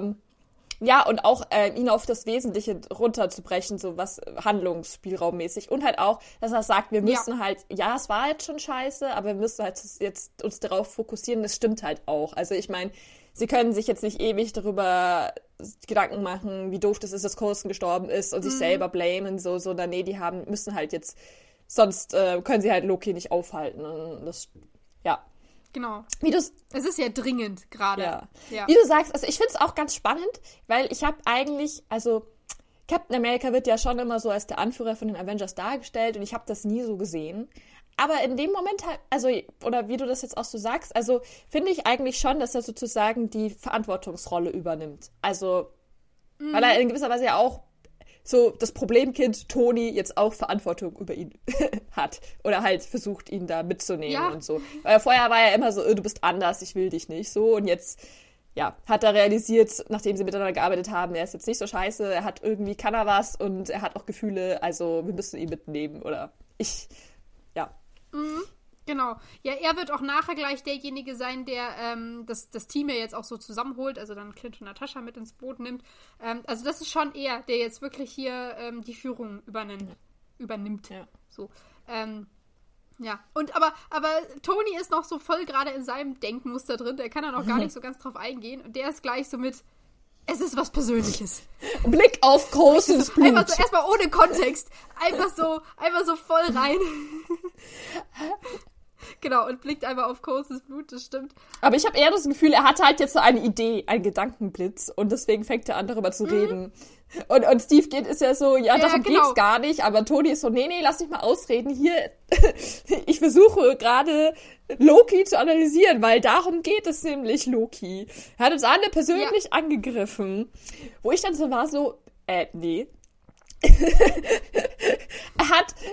und auch ihn auf das Wesentliche runterzubrechen, so was handlungsspielraummäßig. Und halt auch, dass er sagt, wir müssen halt, es war jetzt schon scheiße, aber wir müssen halt jetzt uns darauf fokussieren, das stimmt halt auch. Also ich meine, sie können sich jetzt nicht ewig darüber Gedanken machen, wie doof das ist, dass Coulson gestorben ist und sich selber blamen, sondern nee, die müssen halt jetzt, sonst können sie halt Loki nicht aufhalten. Und das, Genau. Es ist ja dringend gerade. Ja. Wie du sagst, also ich finde es auch ganz spannend, weil ich habe eigentlich, also Captain America wird ja schon immer so als der Anführer von den Avengers dargestellt und ich habe das nie so gesehen. Aber in dem Moment halt, also, oder wie du das jetzt auch so sagst, also finde ich eigentlich schon, dass er sozusagen die Verantwortungsrolle übernimmt. Also, weil er in gewisser Weise ja auch so das Problemkind Tony jetzt auch Verantwortung über ihn hat. Oder halt versucht, ihn da mitzunehmen und so. Weil vorher war er immer so, du bist anders, ich will dich nicht. So, und jetzt, hat er realisiert, nachdem sie miteinander gearbeitet haben, er ist jetzt nicht so scheiße, er hat irgendwie, kann er was und er hat auch Gefühle, also wir müssen ihn mitnehmen. Oder Genau. Ja, er wird auch nachher gleich derjenige sein, der das Team ja jetzt auch so zusammenholt, also dann Clint und Natascha mit ins Boot nimmt. Also das ist schon er, der jetzt wirklich hier die Führung übernimmt. Ja. So. Und aber Tony ist noch so voll gerade in seinem Denkmuster drin, der kann da noch gar nicht so ganz drauf eingehen und der ist gleich so mit, es ist was Persönliches. Blick auf großes Blut. Einfach so erstmal ohne Kontext. Einfach so voll rein. Genau, und blickt einfach auf großes Blut, das stimmt. Aber ich habe eher das Gefühl, er hatte halt jetzt so eine Idee, einen Gedankenblitz und deswegen fängt er an, darüber zu reden. Und Steve ist ja so, darum geht's gar nicht, aber Tony ist so, nee, lass mich mal ausreden, hier, ich versuche gerade Loki zu analysieren, weil darum geht es nämlich, Loki. Er hat uns alle persönlich angegriffen, wo ich dann so war, so, nee. Er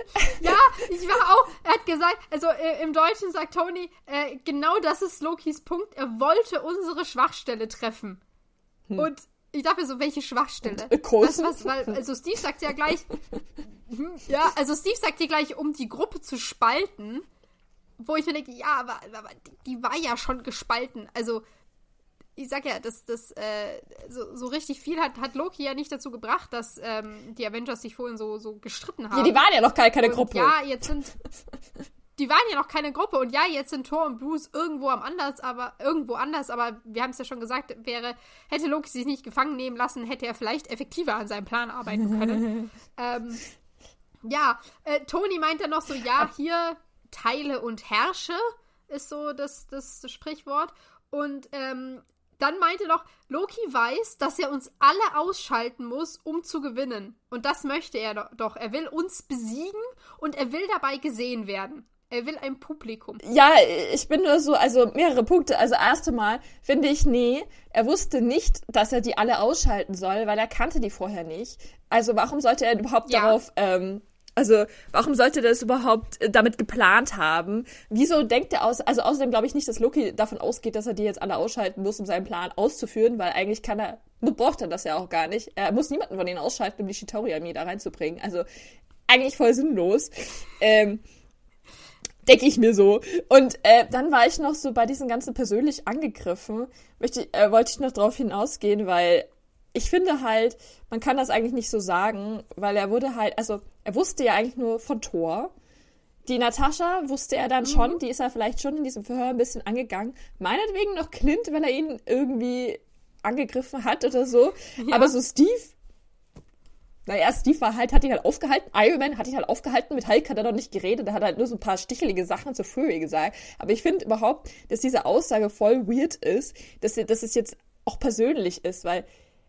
hat gesagt, also im Deutschen sagt Tony, genau das ist Lokis Punkt, er wollte unsere Schwachstelle treffen. Und ich dachte mir so, welche Schwachstelle? Also Steve sagt ja gleich, Steve sagt dir gleich, um die Gruppe zu spalten, wo ich mir denke, ja, aber die war ja schon gespalten, also ich sag ja, so richtig viel hat Loki ja nicht dazu gebracht, dass die Avengers sich vorhin so gestritten haben. Ja, die waren ja noch keine Gruppe. Die waren ja noch keine Gruppe und jetzt sind Thor und Bruce irgendwo anders, aber wir haben es ja schon gesagt, hätte Loki sich nicht gefangen nehmen lassen, hätte er vielleicht effektiver an seinem Plan arbeiten können. Tony meint dann noch so, hier teile und herrsche ist so das Sprichwort und dann meinte noch, Loki weiß, dass er uns alle ausschalten muss, um zu gewinnen. Und das möchte er doch. Er will uns besiegen und er will dabei gesehen werden. Er will ein Publikum. Ja, ich bin nur so, also mehrere Punkte. Also erst einmal finde ich, er wusste nicht, dass er die alle ausschalten soll, weil er kannte die vorher nicht. Also warum sollte er überhaupt darauf... warum sollte er das überhaupt damit geplant haben? Wieso denkt er außerdem glaube ich nicht, dass Loki davon ausgeht, dass er die jetzt alle ausschalten muss, um seinen Plan auszuführen, weil eigentlich braucht er das ja auch gar nicht. Er muss niemanden von denen ausschalten, um die Chitauri-Armee da reinzubringen. Also eigentlich voll sinnlos. Denke ich mir so. Und dann war ich noch so bei diesen ganzen persönlich angegriffen, wollte ich noch drauf hinausgehen, weil ich finde halt, man kann das eigentlich nicht so sagen, weil er wusste ja eigentlich nur von Thor. Die Natascha wusste er dann schon, die ist er vielleicht schon in diesem Verhör ein bisschen angegangen. Meinetwegen noch Clint, wenn er ihn irgendwie angegriffen hat oder so. Ja. Aber so Steve hat ihn halt aufgehalten. Iron Man hat ihn halt aufgehalten. Mit Hulk hat er noch nicht geredet. Er hat halt nur so ein paar stichelige Sachen zu Fury gesagt. Aber ich finde überhaupt, dass diese Aussage voll weird ist, dass es jetzt auch persönlich ist, weil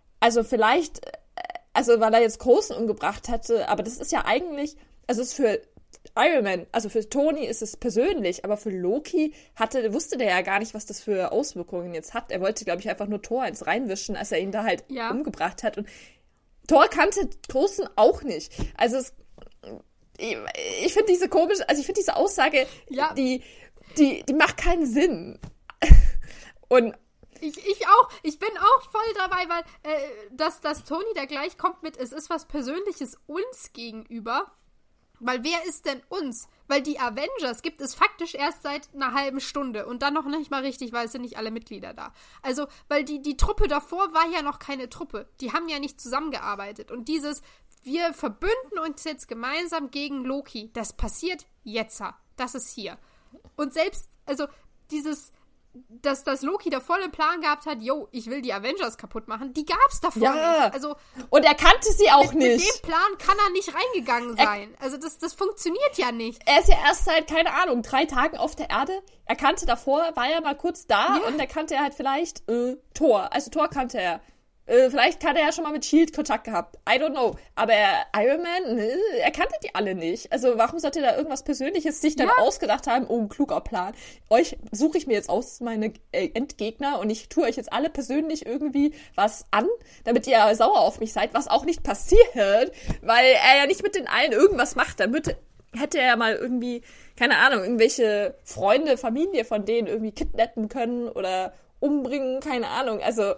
weil er jetzt Großen umgebracht hatte, aber das ist ja eigentlich, also es ist für Iron Man, also für Tony ist es persönlich, aber für Loki wusste der ja gar nicht, was das für Auswirkungen jetzt hat. Er wollte, glaube ich, einfach nur Thor ins reinwischen, als er ihn da halt umgebracht hat. Und Thor kannte Großen auch nicht. Also ich finde diese Aussage, die macht keinen Sinn. Und Ich auch. Ich bin auch voll dabei, weil dass Tony da gleich kommt mit, es ist was Persönliches uns gegenüber. Weil wer ist denn uns? Weil die Avengers gibt es faktisch erst seit einer halben Stunde und dann noch nicht mal richtig, weil es sind nicht alle Mitglieder da. Also, weil die Truppe davor war ja noch keine Truppe. Die haben ja nicht zusammengearbeitet. Und wir verbünden uns jetzt gemeinsam gegen Loki. Das passiert jetzt. Das ist hier. Und selbst, also dass Loki da voll im Plan gehabt hat, yo, ich will die Avengers kaputt machen, die gab's davor nicht. Also, und er kannte sie auch nicht. Mit dem Plan kann er nicht reingegangen sein. Also das funktioniert ja nicht. Er ist ja erst seit, keine Ahnung, 3 Tagen auf der Erde. Er kannte davor, war ja mal kurz da und da kannte er halt vielleicht Thor. Also Thor kannte er. Vielleicht hat er ja schon mal mit S.H.I.E.L.D. Kontakt gehabt. I don't know. Aber Iron Man, er kannte die alle nicht. Also warum sollte er da irgendwas Persönliches sich dann ausgedacht haben? Oh, ein kluger Plan. Euch suche ich mir jetzt aus, meine Endgegner, und ich tue euch jetzt alle persönlich irgendwie was an, damit ihr sauer auf mich seid, was auch nicht passiert, weil er ja nicht mit den allen irgendwas macht. Dann hätte er ja mal irgendwie, keine Ahnung, irgendwelche Freunde, Familie von denen irgendwie kidnappen können oder umbringen, keine Ahnung. Also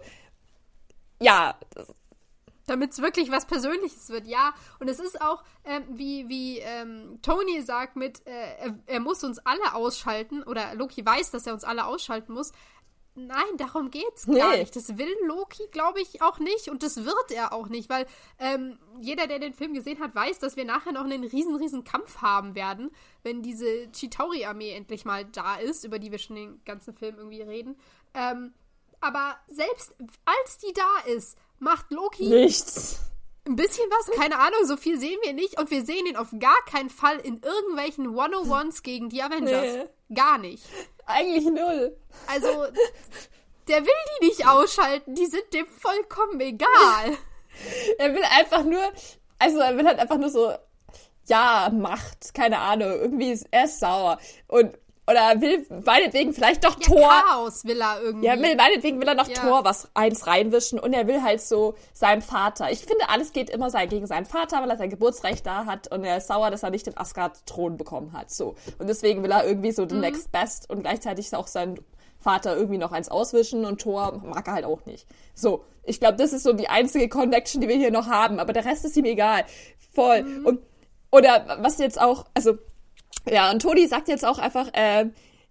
ja. Damit es wirklich was Persönliches wird, ja. Und es ist auch, wie Tony sagt er muss uns alle ausschalten, oder Loki weiß, dass er uns alle ausschalten muss. Nein, darum geht's gar nicht. Das will Loki, glaube ich, auch nicht, und das wird er auch nicht, weil jeder, der den Film gesehen hat, weiß, dass wir nachher noch einen riesen Kampf haben werden, wenn diese Chitauri-Armee endlich mal da ist, über die wir schon den ganzen Film irgendwie reden. Aber selbst als die da ist, macht Loki nichts. Ein bisschen was, keine Ahnung, so viel sehen wir nicht. Und wir sehen ihn auf gar keinen Fall in irgendwelchen 101s gegen die Avengers. Gar nicht. Eigentlich 0. Also, der will die nicht ausschalten. Die sind dem vollkommen egal. Er will halt einfach nur so, ja, Macht, keine Ahnung. Irgendwie er ist sauer. Oder will meinetwegen vielleicht doch Thor. Chaos will er irgendwie. Ja, meinetwegen will er noch Thor eins reinwischen, und er will halt so seinem Vater. Ich finde, alles geht immer gegen seinen Vater, weil er sein Geburtsrecht da hat, und er ist sauer, dass er nicht den Asgard-Thron bekommen hat. So. Und deswegen will er irgendwie so den Next Best, und gleichzeitig ist auch sein Vater irgendwie noch eins auswischen, und Thor mag er halt auch nicht. So. Ich glaube, das ist so die einzige Connection, die wir hier noch haben, aber der Rest ist ihm egal. Voll. Oder was jetzt auch, also, ja, und Tony sagt jetzt auch einfach, er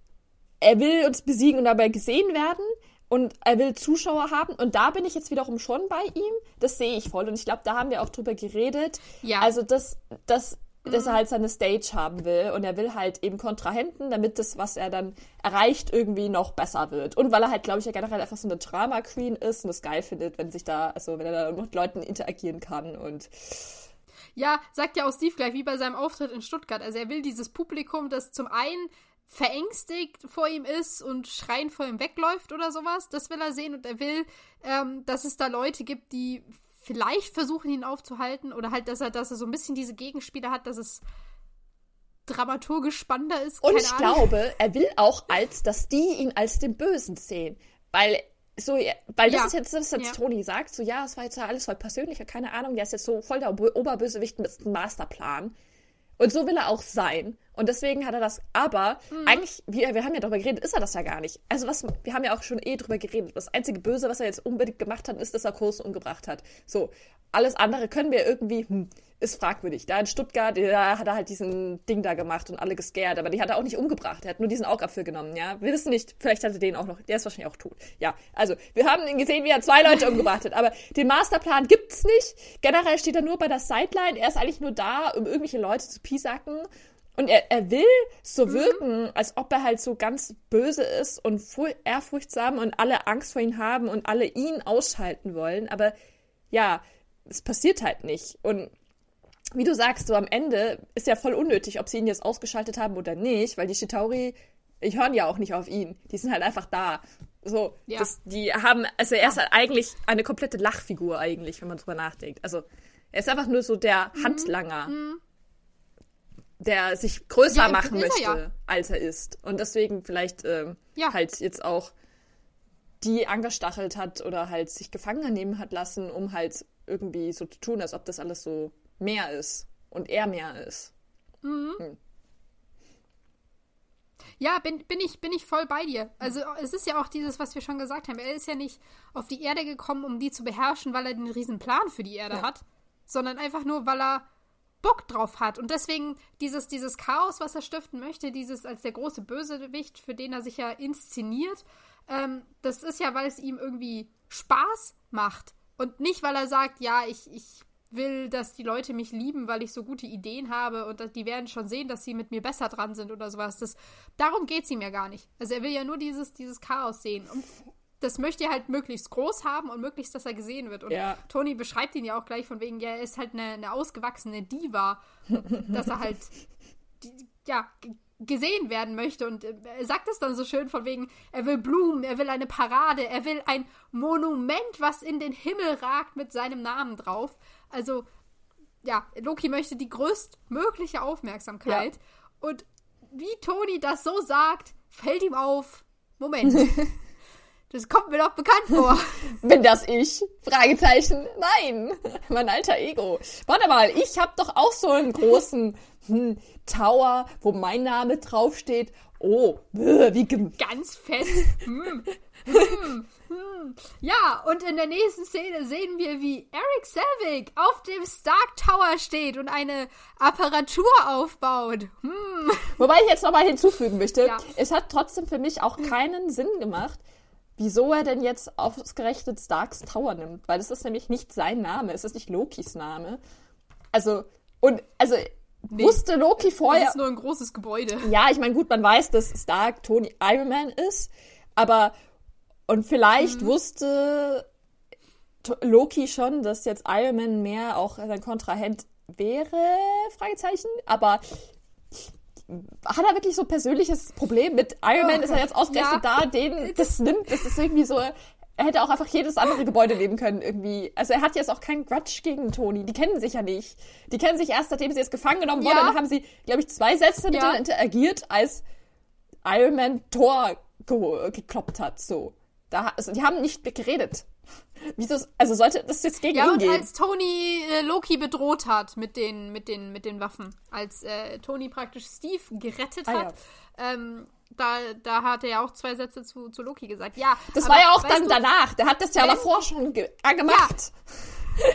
will uns besiegen und dabei gesehen werden, und er will Zuschauer haben, und da bin ich jetzt wiederum schon bei ihm. Das sehe ich voll, und ich glaube, da haben wir auch drüber geredet. Ja. Also, dass er halt seine Stage haben will, und er will halt eben Kontrahenten, damit das, was er dann erreicht, irgendwie noch besser wird. Und weil er halt, glaube ich, ja generell einfach so eine Drama-Queen ist und es geil findet, wenn er da mit Leuten interagieren kann, und ja, sagt ja auch Steve gleich, wie bei seinem Auftritt in Stuttgart. Also er will dieses Publikum, das zum einen verängstigt vor ihm ist und schreiend vor ihm wegläuft oder sowas, das will er sehen. Und er will, dass es da Leute gibt, die vielleicht versuchen, ihn aufzuhalten, oder halt, dass er so ein bisschen diese Gegenspieler hat, dass es dramaturgisch spannender ist. Und ich glaube, er will auch, dass die ihn als den Bösen sehen. Weil das ist jetzt das, was Tony sagt, so, ja, es war jetzt alles voll persönlicher, keine Ahnung, der ist jetzt so voll der Oberbösewicht mit einem Masterplan. Und so will er auch sein. Und deswegen hat er das, aber eigentlich, wir haben ja darüber geredet, ist er das ja gar nicht. Also wir haben ja auch schon drüber geredet. Das einzige Böse, was er jetzt unbedingt gemacht hat, ist, dass er Kursen umgebracht hat. So, alles andere können wir irgendwie, ist fragwürdig. Da in Stuttgart, da hat er halt diesen Ding da gemacht und alle gescared, aber die hat er auch nicht umgebracht. Er hat nur diesen Augapfel genommen, ja. Wir wissen nicht, vielleicht hat er den auch noch, der ist wahrscheinlich auch tot. Ja, also, wir haben ihn gesehen, wie er 2 Leute umgebracht hat, aber den Masterplan gibt's nicht. Generell steht er nur bei der Sideline. Er ist eigentlich nur da, um irgendwelche Leute zu piesacken. Und er will so wirken, als ob er halt so ganz böse ist und ehrfurchtsam und alle Angst vor ihm haben und alle ihn ausschalten wollen. Aber ja, es passiert halt nicht. Und wie du sagst, so am Ende ist ja voll unnötig, ob sie ihn jetzt ausgeschaltet haben oder nicht, weil die Chitauri, die hören ja auch nicht auf ihn. Die sind halt einfach da. So, die haben, also er ist halt eigentlich eine komplette Lachfigur eigentlich, wenn man drüber nachdenkt. Also er ist einfach nur so der Handlanger, der sich größer machen möchte, als er ist. Und deswegen vielleicht halt jetzt auch die angestachelt hat oder halt sich gefangen nehmen hat lassen, um halt irgendwie so zu tun, als ob das alles so mehr ist und er mehr ist. Ja, bin ich voll bei dir. Also es ist ja auch dieses, was wir schon gesagt haben. Er ist ja nicht auf die Erde gekommen, um die zu beherrschen, weil er den riesen Plan für die Erde hat, sondern einfach nur, weil er Bock drauf hat. Und deswegen dieses Chaos, was er stiften möchte, dieses als der große Bösewicht, für den er sich ja inszeniert, das ist ja, weil es ihm irgendwie Spaß macht. Und nicht, weil er sagt, ja, ich will, dass die Leute mich lieben, weil ich so gute Ideen habe und die werden schon sehen, dass sie mit mir besser dran sind oder sowas. Darum geht es ihm ja gar nicht. Also er will ja nur dieses Chaos sehen. Und das möchte er halt möglichst groß haben und möglichst, dass er gesehen wird. Und Tony beschreibt ihn ja auch gleich von wegen, ja, er ist halt eine ausgewachsene Diva. Dass er halt, gesehen werden möchte. Und er sagt es dann so schön von wegen, er will Blumen, er will eine Parade, er will ein Monument, was in den Himmel ragt mit seinem Namen drauf. Also, ja, Loki möchte die größtmögliche Aufmerksamkeit. Ja. Und wie Tony das so sagt, fällt ihm auf, Moment, das kommt mir doch bekannt vor. Bin das ich? Fragezeichen. Nein, mein alter Ego. Warte mal, ich hab doch auch so einen großen Tower, wo mein Name draufsteht. Oh, wie ganz fett. Ja, und in der nächsten Szene sehen wir, wie Eric Selvig auf dem Stark Tower steht und eine Apparatur aufbaut. Wobei ich jetzt nochmal hinzufügen möchte, es hat trotzdem für mich auch keinen Sinn gemacht, wieso er denn jetzt ausgerechnet Starks Tower nimmt. Weil das ist nämlich nicht sein Name, es ist nicht Lokis Name. Wusste Loki vorher... Das ist nur ein großes Gebäude. Ja, ich meine, gut, man weiß, dass Stark Tony Iron Man ist, aber... Und vielleicht wusste Loki schon, dass jetzt Iron Man mehr auch sein Kontrahent wäre, Fragezeichen, aber hat er wirklich so ein persönliches Problem mit Iron Man? Ist er jetzt ausgerechnet das nimmt? Das ist irgendwie so, er hätte auch einfach jedes andere Gebäude nehmen können irgendwie. Also er hat jetzt auch keinen Grudge gegen Tony, die kennen sich ja nicht. Die kennen sich erst, nachdem sie jetzt gefangen genommen wurden, dann haben sie, glaube ich, 2 Sätze miteinander interagiert, als Iron Man Thor gekloppt hat, so. Die haben nicht geredet. Wieso? Also sollte das jetzt gegen ihn gehen? Ja, und als Tony Loki bedroht hat mit den Waffen, als Tony praktisch Steve gerettet hat, da hat er ja auch 2 Sätze zu Loki gesagt. Ja, das war ja auch dann danach. Der hat das ja davor schon gemacht. Ja.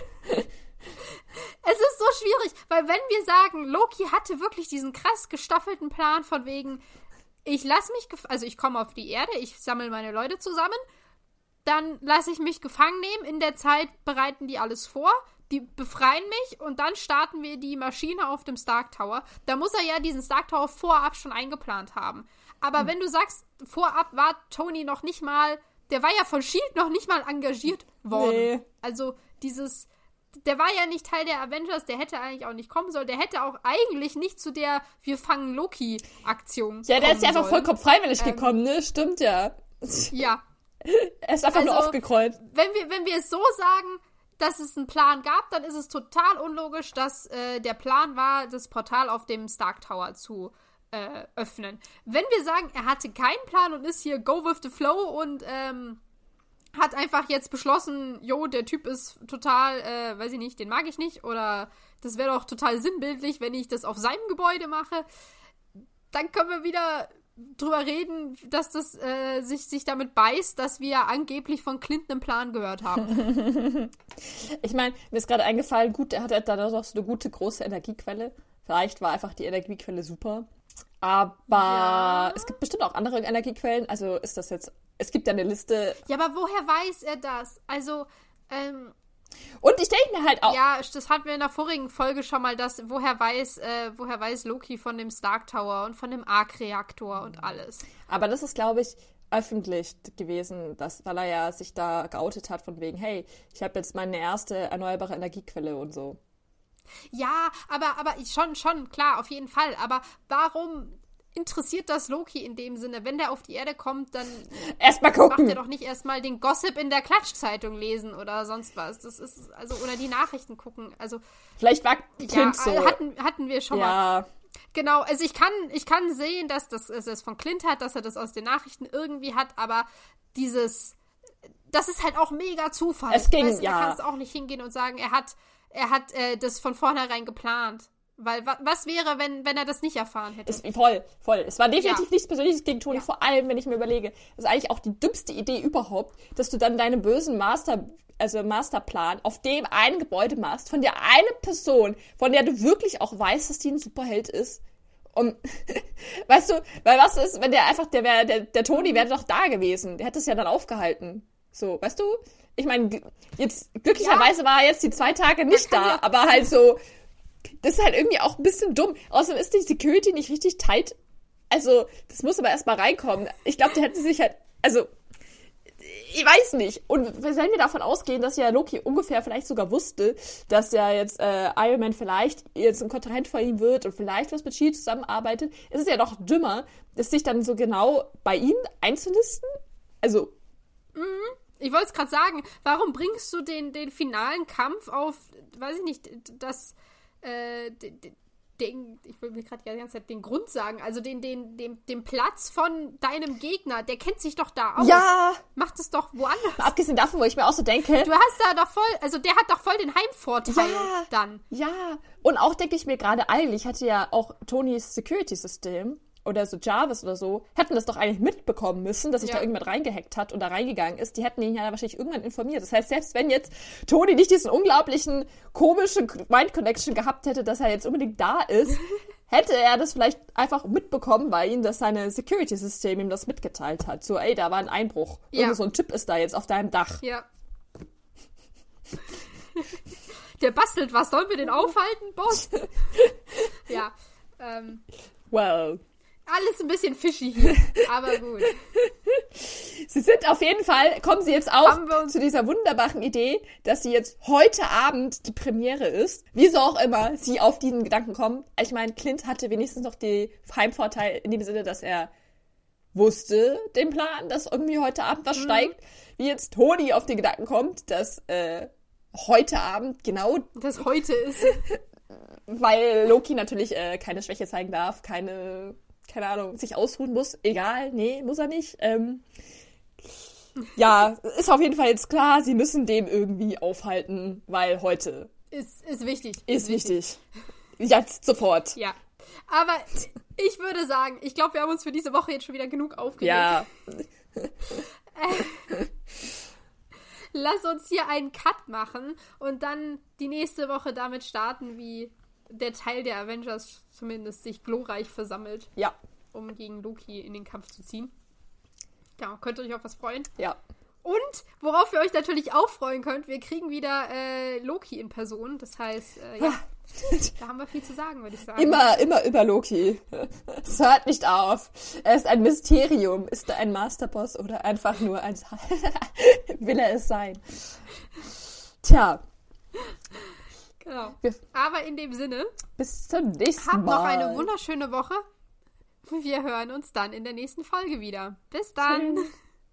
Es ist so schwierig, weil wenn wir sagen, Loki hatte wirklich diesen krass gestaffelten Plan von wegen, ich komme auf die Erde, ich sammle meine Leute zusammen, dann lasse ich mich gefangen nehmen, in der Zeit bereiten die alles vor, die befreien mich und dann starten wir die Maschine auf dem Stark Tower. Da muss er ja diesen Stark Tower vorab schon eingeplant haben. Aber wenn du sagst, vorab war Tony noch nicht mal, der war ja von S.H.I.E.L.D. noch nicht mal engagiert worden. Nee. Also der war ja nicht Teil der Avengers, der hätte eigentlich auch nicht kommen sollen. Der hätte auch eigentlich nicht zu der Wir fangen Loki-Aktion Ja, der ist ja einfach vollkommen freiwillig gekommen, ne? Stimmt ja. Ja. Er ist einfach nur aufgekreuzt. Wenn wir es so sagen, dass es einen Plan gab, dann ist es total unlogisch, dass der Plan war, das Portal auf dem Stark Tower zu öffnen. Wenn wir sagen, er hatte keinen Plan und ist hier go with the flow und hat einfach jetzt beschlossen, der Typ ist total, weiß ich nicht, den mag ich nicht, oder das wäre doch total sinnbildlich, wenn ich das auf seinem Gebäude mache, dann können wir wieder drüber reden, dass das sich damit beißt, dass wir angeblich von Clinton einen Plan gehört haben. Ich meine, mir ist gerade eingefallen, gut, er hat halt dann auch so eine gute, große Energiequelle. Vielleicht war einfach die Energiequelle super. Aber es gibt bestimmt auch andere Energiequellen. Also ist das jetzt... Es gibt ja eine Liste. Ja, aber woher weiß er das? Also, und ich denke mir halt auch... Ja, das hatten wir in der vorigen Folge schon mal, woher weiß Loki von dem Stark Tower und von dem Arc-Reaktor und alles. Aber das ist, glaube ich, öffentlich gewesen, weil er ja sich da geoutet hat von wegen, hey, ich habe jetzt meine erste erneuerbare Energiequelle und so. Ja, aber schon, klar, auf jeden Fall. Aber warum interessiert das Loki in dem Sinne? Wenn der auf die Erde kommt, dann erstmal gucken. Macht er doch nicht erstmal den Gossip in der Klatschzeitung lesen oder sonst was. Das ist, oder die Nachrichten gucken. Also vielleicht war Clint so. Hatten wir schon mal. Genau, also ich kann sehen, dass es von Clint hat, dass er das aus den Nachrichten irgendwie hat, aber das ist halt auch mega Zufall. Es ging, Da kannst du auch nicht hingehen und sagen, er hat das von vornherein geplant. Weil, was wäre, wenn er das nicht erfahren hätte? Voll. Es war definitiv nichts Persönliches gegen Tony, vor allem, wenn ich mir überlege, das ist eigentlich auch die dümmste Idee überhaupt, dass du dann deinen bösen Masterplan auf dem einen Gebäude machst, von der eine Person, von der du wirklich auch weißt, dass die ein Superheld ist. Und, weißt du, weil was ist, wenn der Tony wäre doch da gewesen, der hätte es ja dann aufgehalten. So, weißt du? ich meine, jetzt glücklicherweise war er jetzt die 2 Tage nicht da, aber halt so, das ist halt irgendwie auch ein bisschen dumm. Außerdem ist die Security nicht richtig tight. Also, das muss aber erstmal reinkommen. Ich glaube, der hätte sich halt, also, ich weiß nicht. Und wenn wir davon ausgehen, dass ja Loki ungefähr vielleicht sogar wusste, dass ja jetzt Iron Man vielleicht jetzt ein Kontrahent von ihm wird und vielleicht was mit S.H.I.E.L.D. zusammenarbeitet, ist es ja doch dümmer, das sich dann so genau bei ihm einzulisten. Also, ich wollte es gerade sagen, warum bringst du den finalen Kampf auf, weiß ich nicht, ich will mir gerade die ganze Zeit den Grund sagen, also den Platz von deinem Gegner, der kennt sich doch da aus. Ja. Macht es doch woanders. Abgesehen davon, wo ich mir auch so denke. Du hast da doch voll, also der hat doch voll den Heimvorteil dann. Ja. Und auch denke ich mir gerade, eigentlich hatte ja auch Tonys Security-System oder so Jarvis oder so, hätten das doch eigentlich mitbekommen müssen, dass sich da irgendjemand reingehackt hat und da reingegangen ist. Die hätten ihn ja wahrscheinlich irgendwann informiert. Das heißt, selbst wenn jetzt Tony nicht diesen unglaublichen, komischen Mind-Connection gehabt hätte, dass er jetzt unbedingt da ist, hätte er das vielleicht einfach mitbekommen bei ihm, dass seine Security-System ihm das mitgeteilt hat. So, ey, da war ein Einbruch. Irgend so ein Typ ist da jetzt auf deinem Dach. Ja. Der bastelt was. Sollen wir den aufhalten, Boss? Ja. Well. Alles ein bisschen fishy hier, aber gut. Sie sind auf jeden Fall, kommen sie jetzt auch zu dieser wunderbaren Idee, dass sie jetzt heute Abend die Premiere ist. Wieso auch immer sie auf diesen Gedanken kommen. Ich meine, Clint hatte wenigstens noch den Heimvorteil in dem Sinne, dass er wusste den Plan, dass irgendwie heute Abend was steigt. Wie jetzt Tony auf den Gedanken kommt, dass heute Abend genau das heute ist. Weil Loki natürlich keine Schwäche zeigen darf, keine Ahnung, sich ausruhen muss. Egal, nee, muss er nicht. Ja, ist auf jeden Fall jetzt klar, sie müssen den irgendwie aufhalten, weil heute ist wichtig. Ist wichtig. Jetzt sofort. Ja. Aber ich würde sagen, ich glaube, wir haben uns für diese Woche jetzt schon wieder genug aufgeregt. Ja. Lass uns hier einen Cut machen und dann die nächste Woche damit starten, wie der Teil der Avengers zumindest sich glorreich versammelt. Ja. Um gegen Loki in den Kampf zu ziehen. Ja, könnt ihr euch auf was freuen? Ja. Und worauf ihr euch natürlich auch freuen könnt, wir kriegen wieder Loki in Person. Das heißt, da haben wir viel zu sagen, würde ich sagen. Immer über Loki. Es hört nicht auf. Er ist ein Mysterium. Ist er ein Masterboss oder einfach nur ein will er es sein? Tja. Genau. Aber in dem Sinne, bis zum nächsten Mal. Habt noch eine wunderschöne Woche. Wir hören uns dann in der nächsten Folge wieder. Bis dann. Tschüss.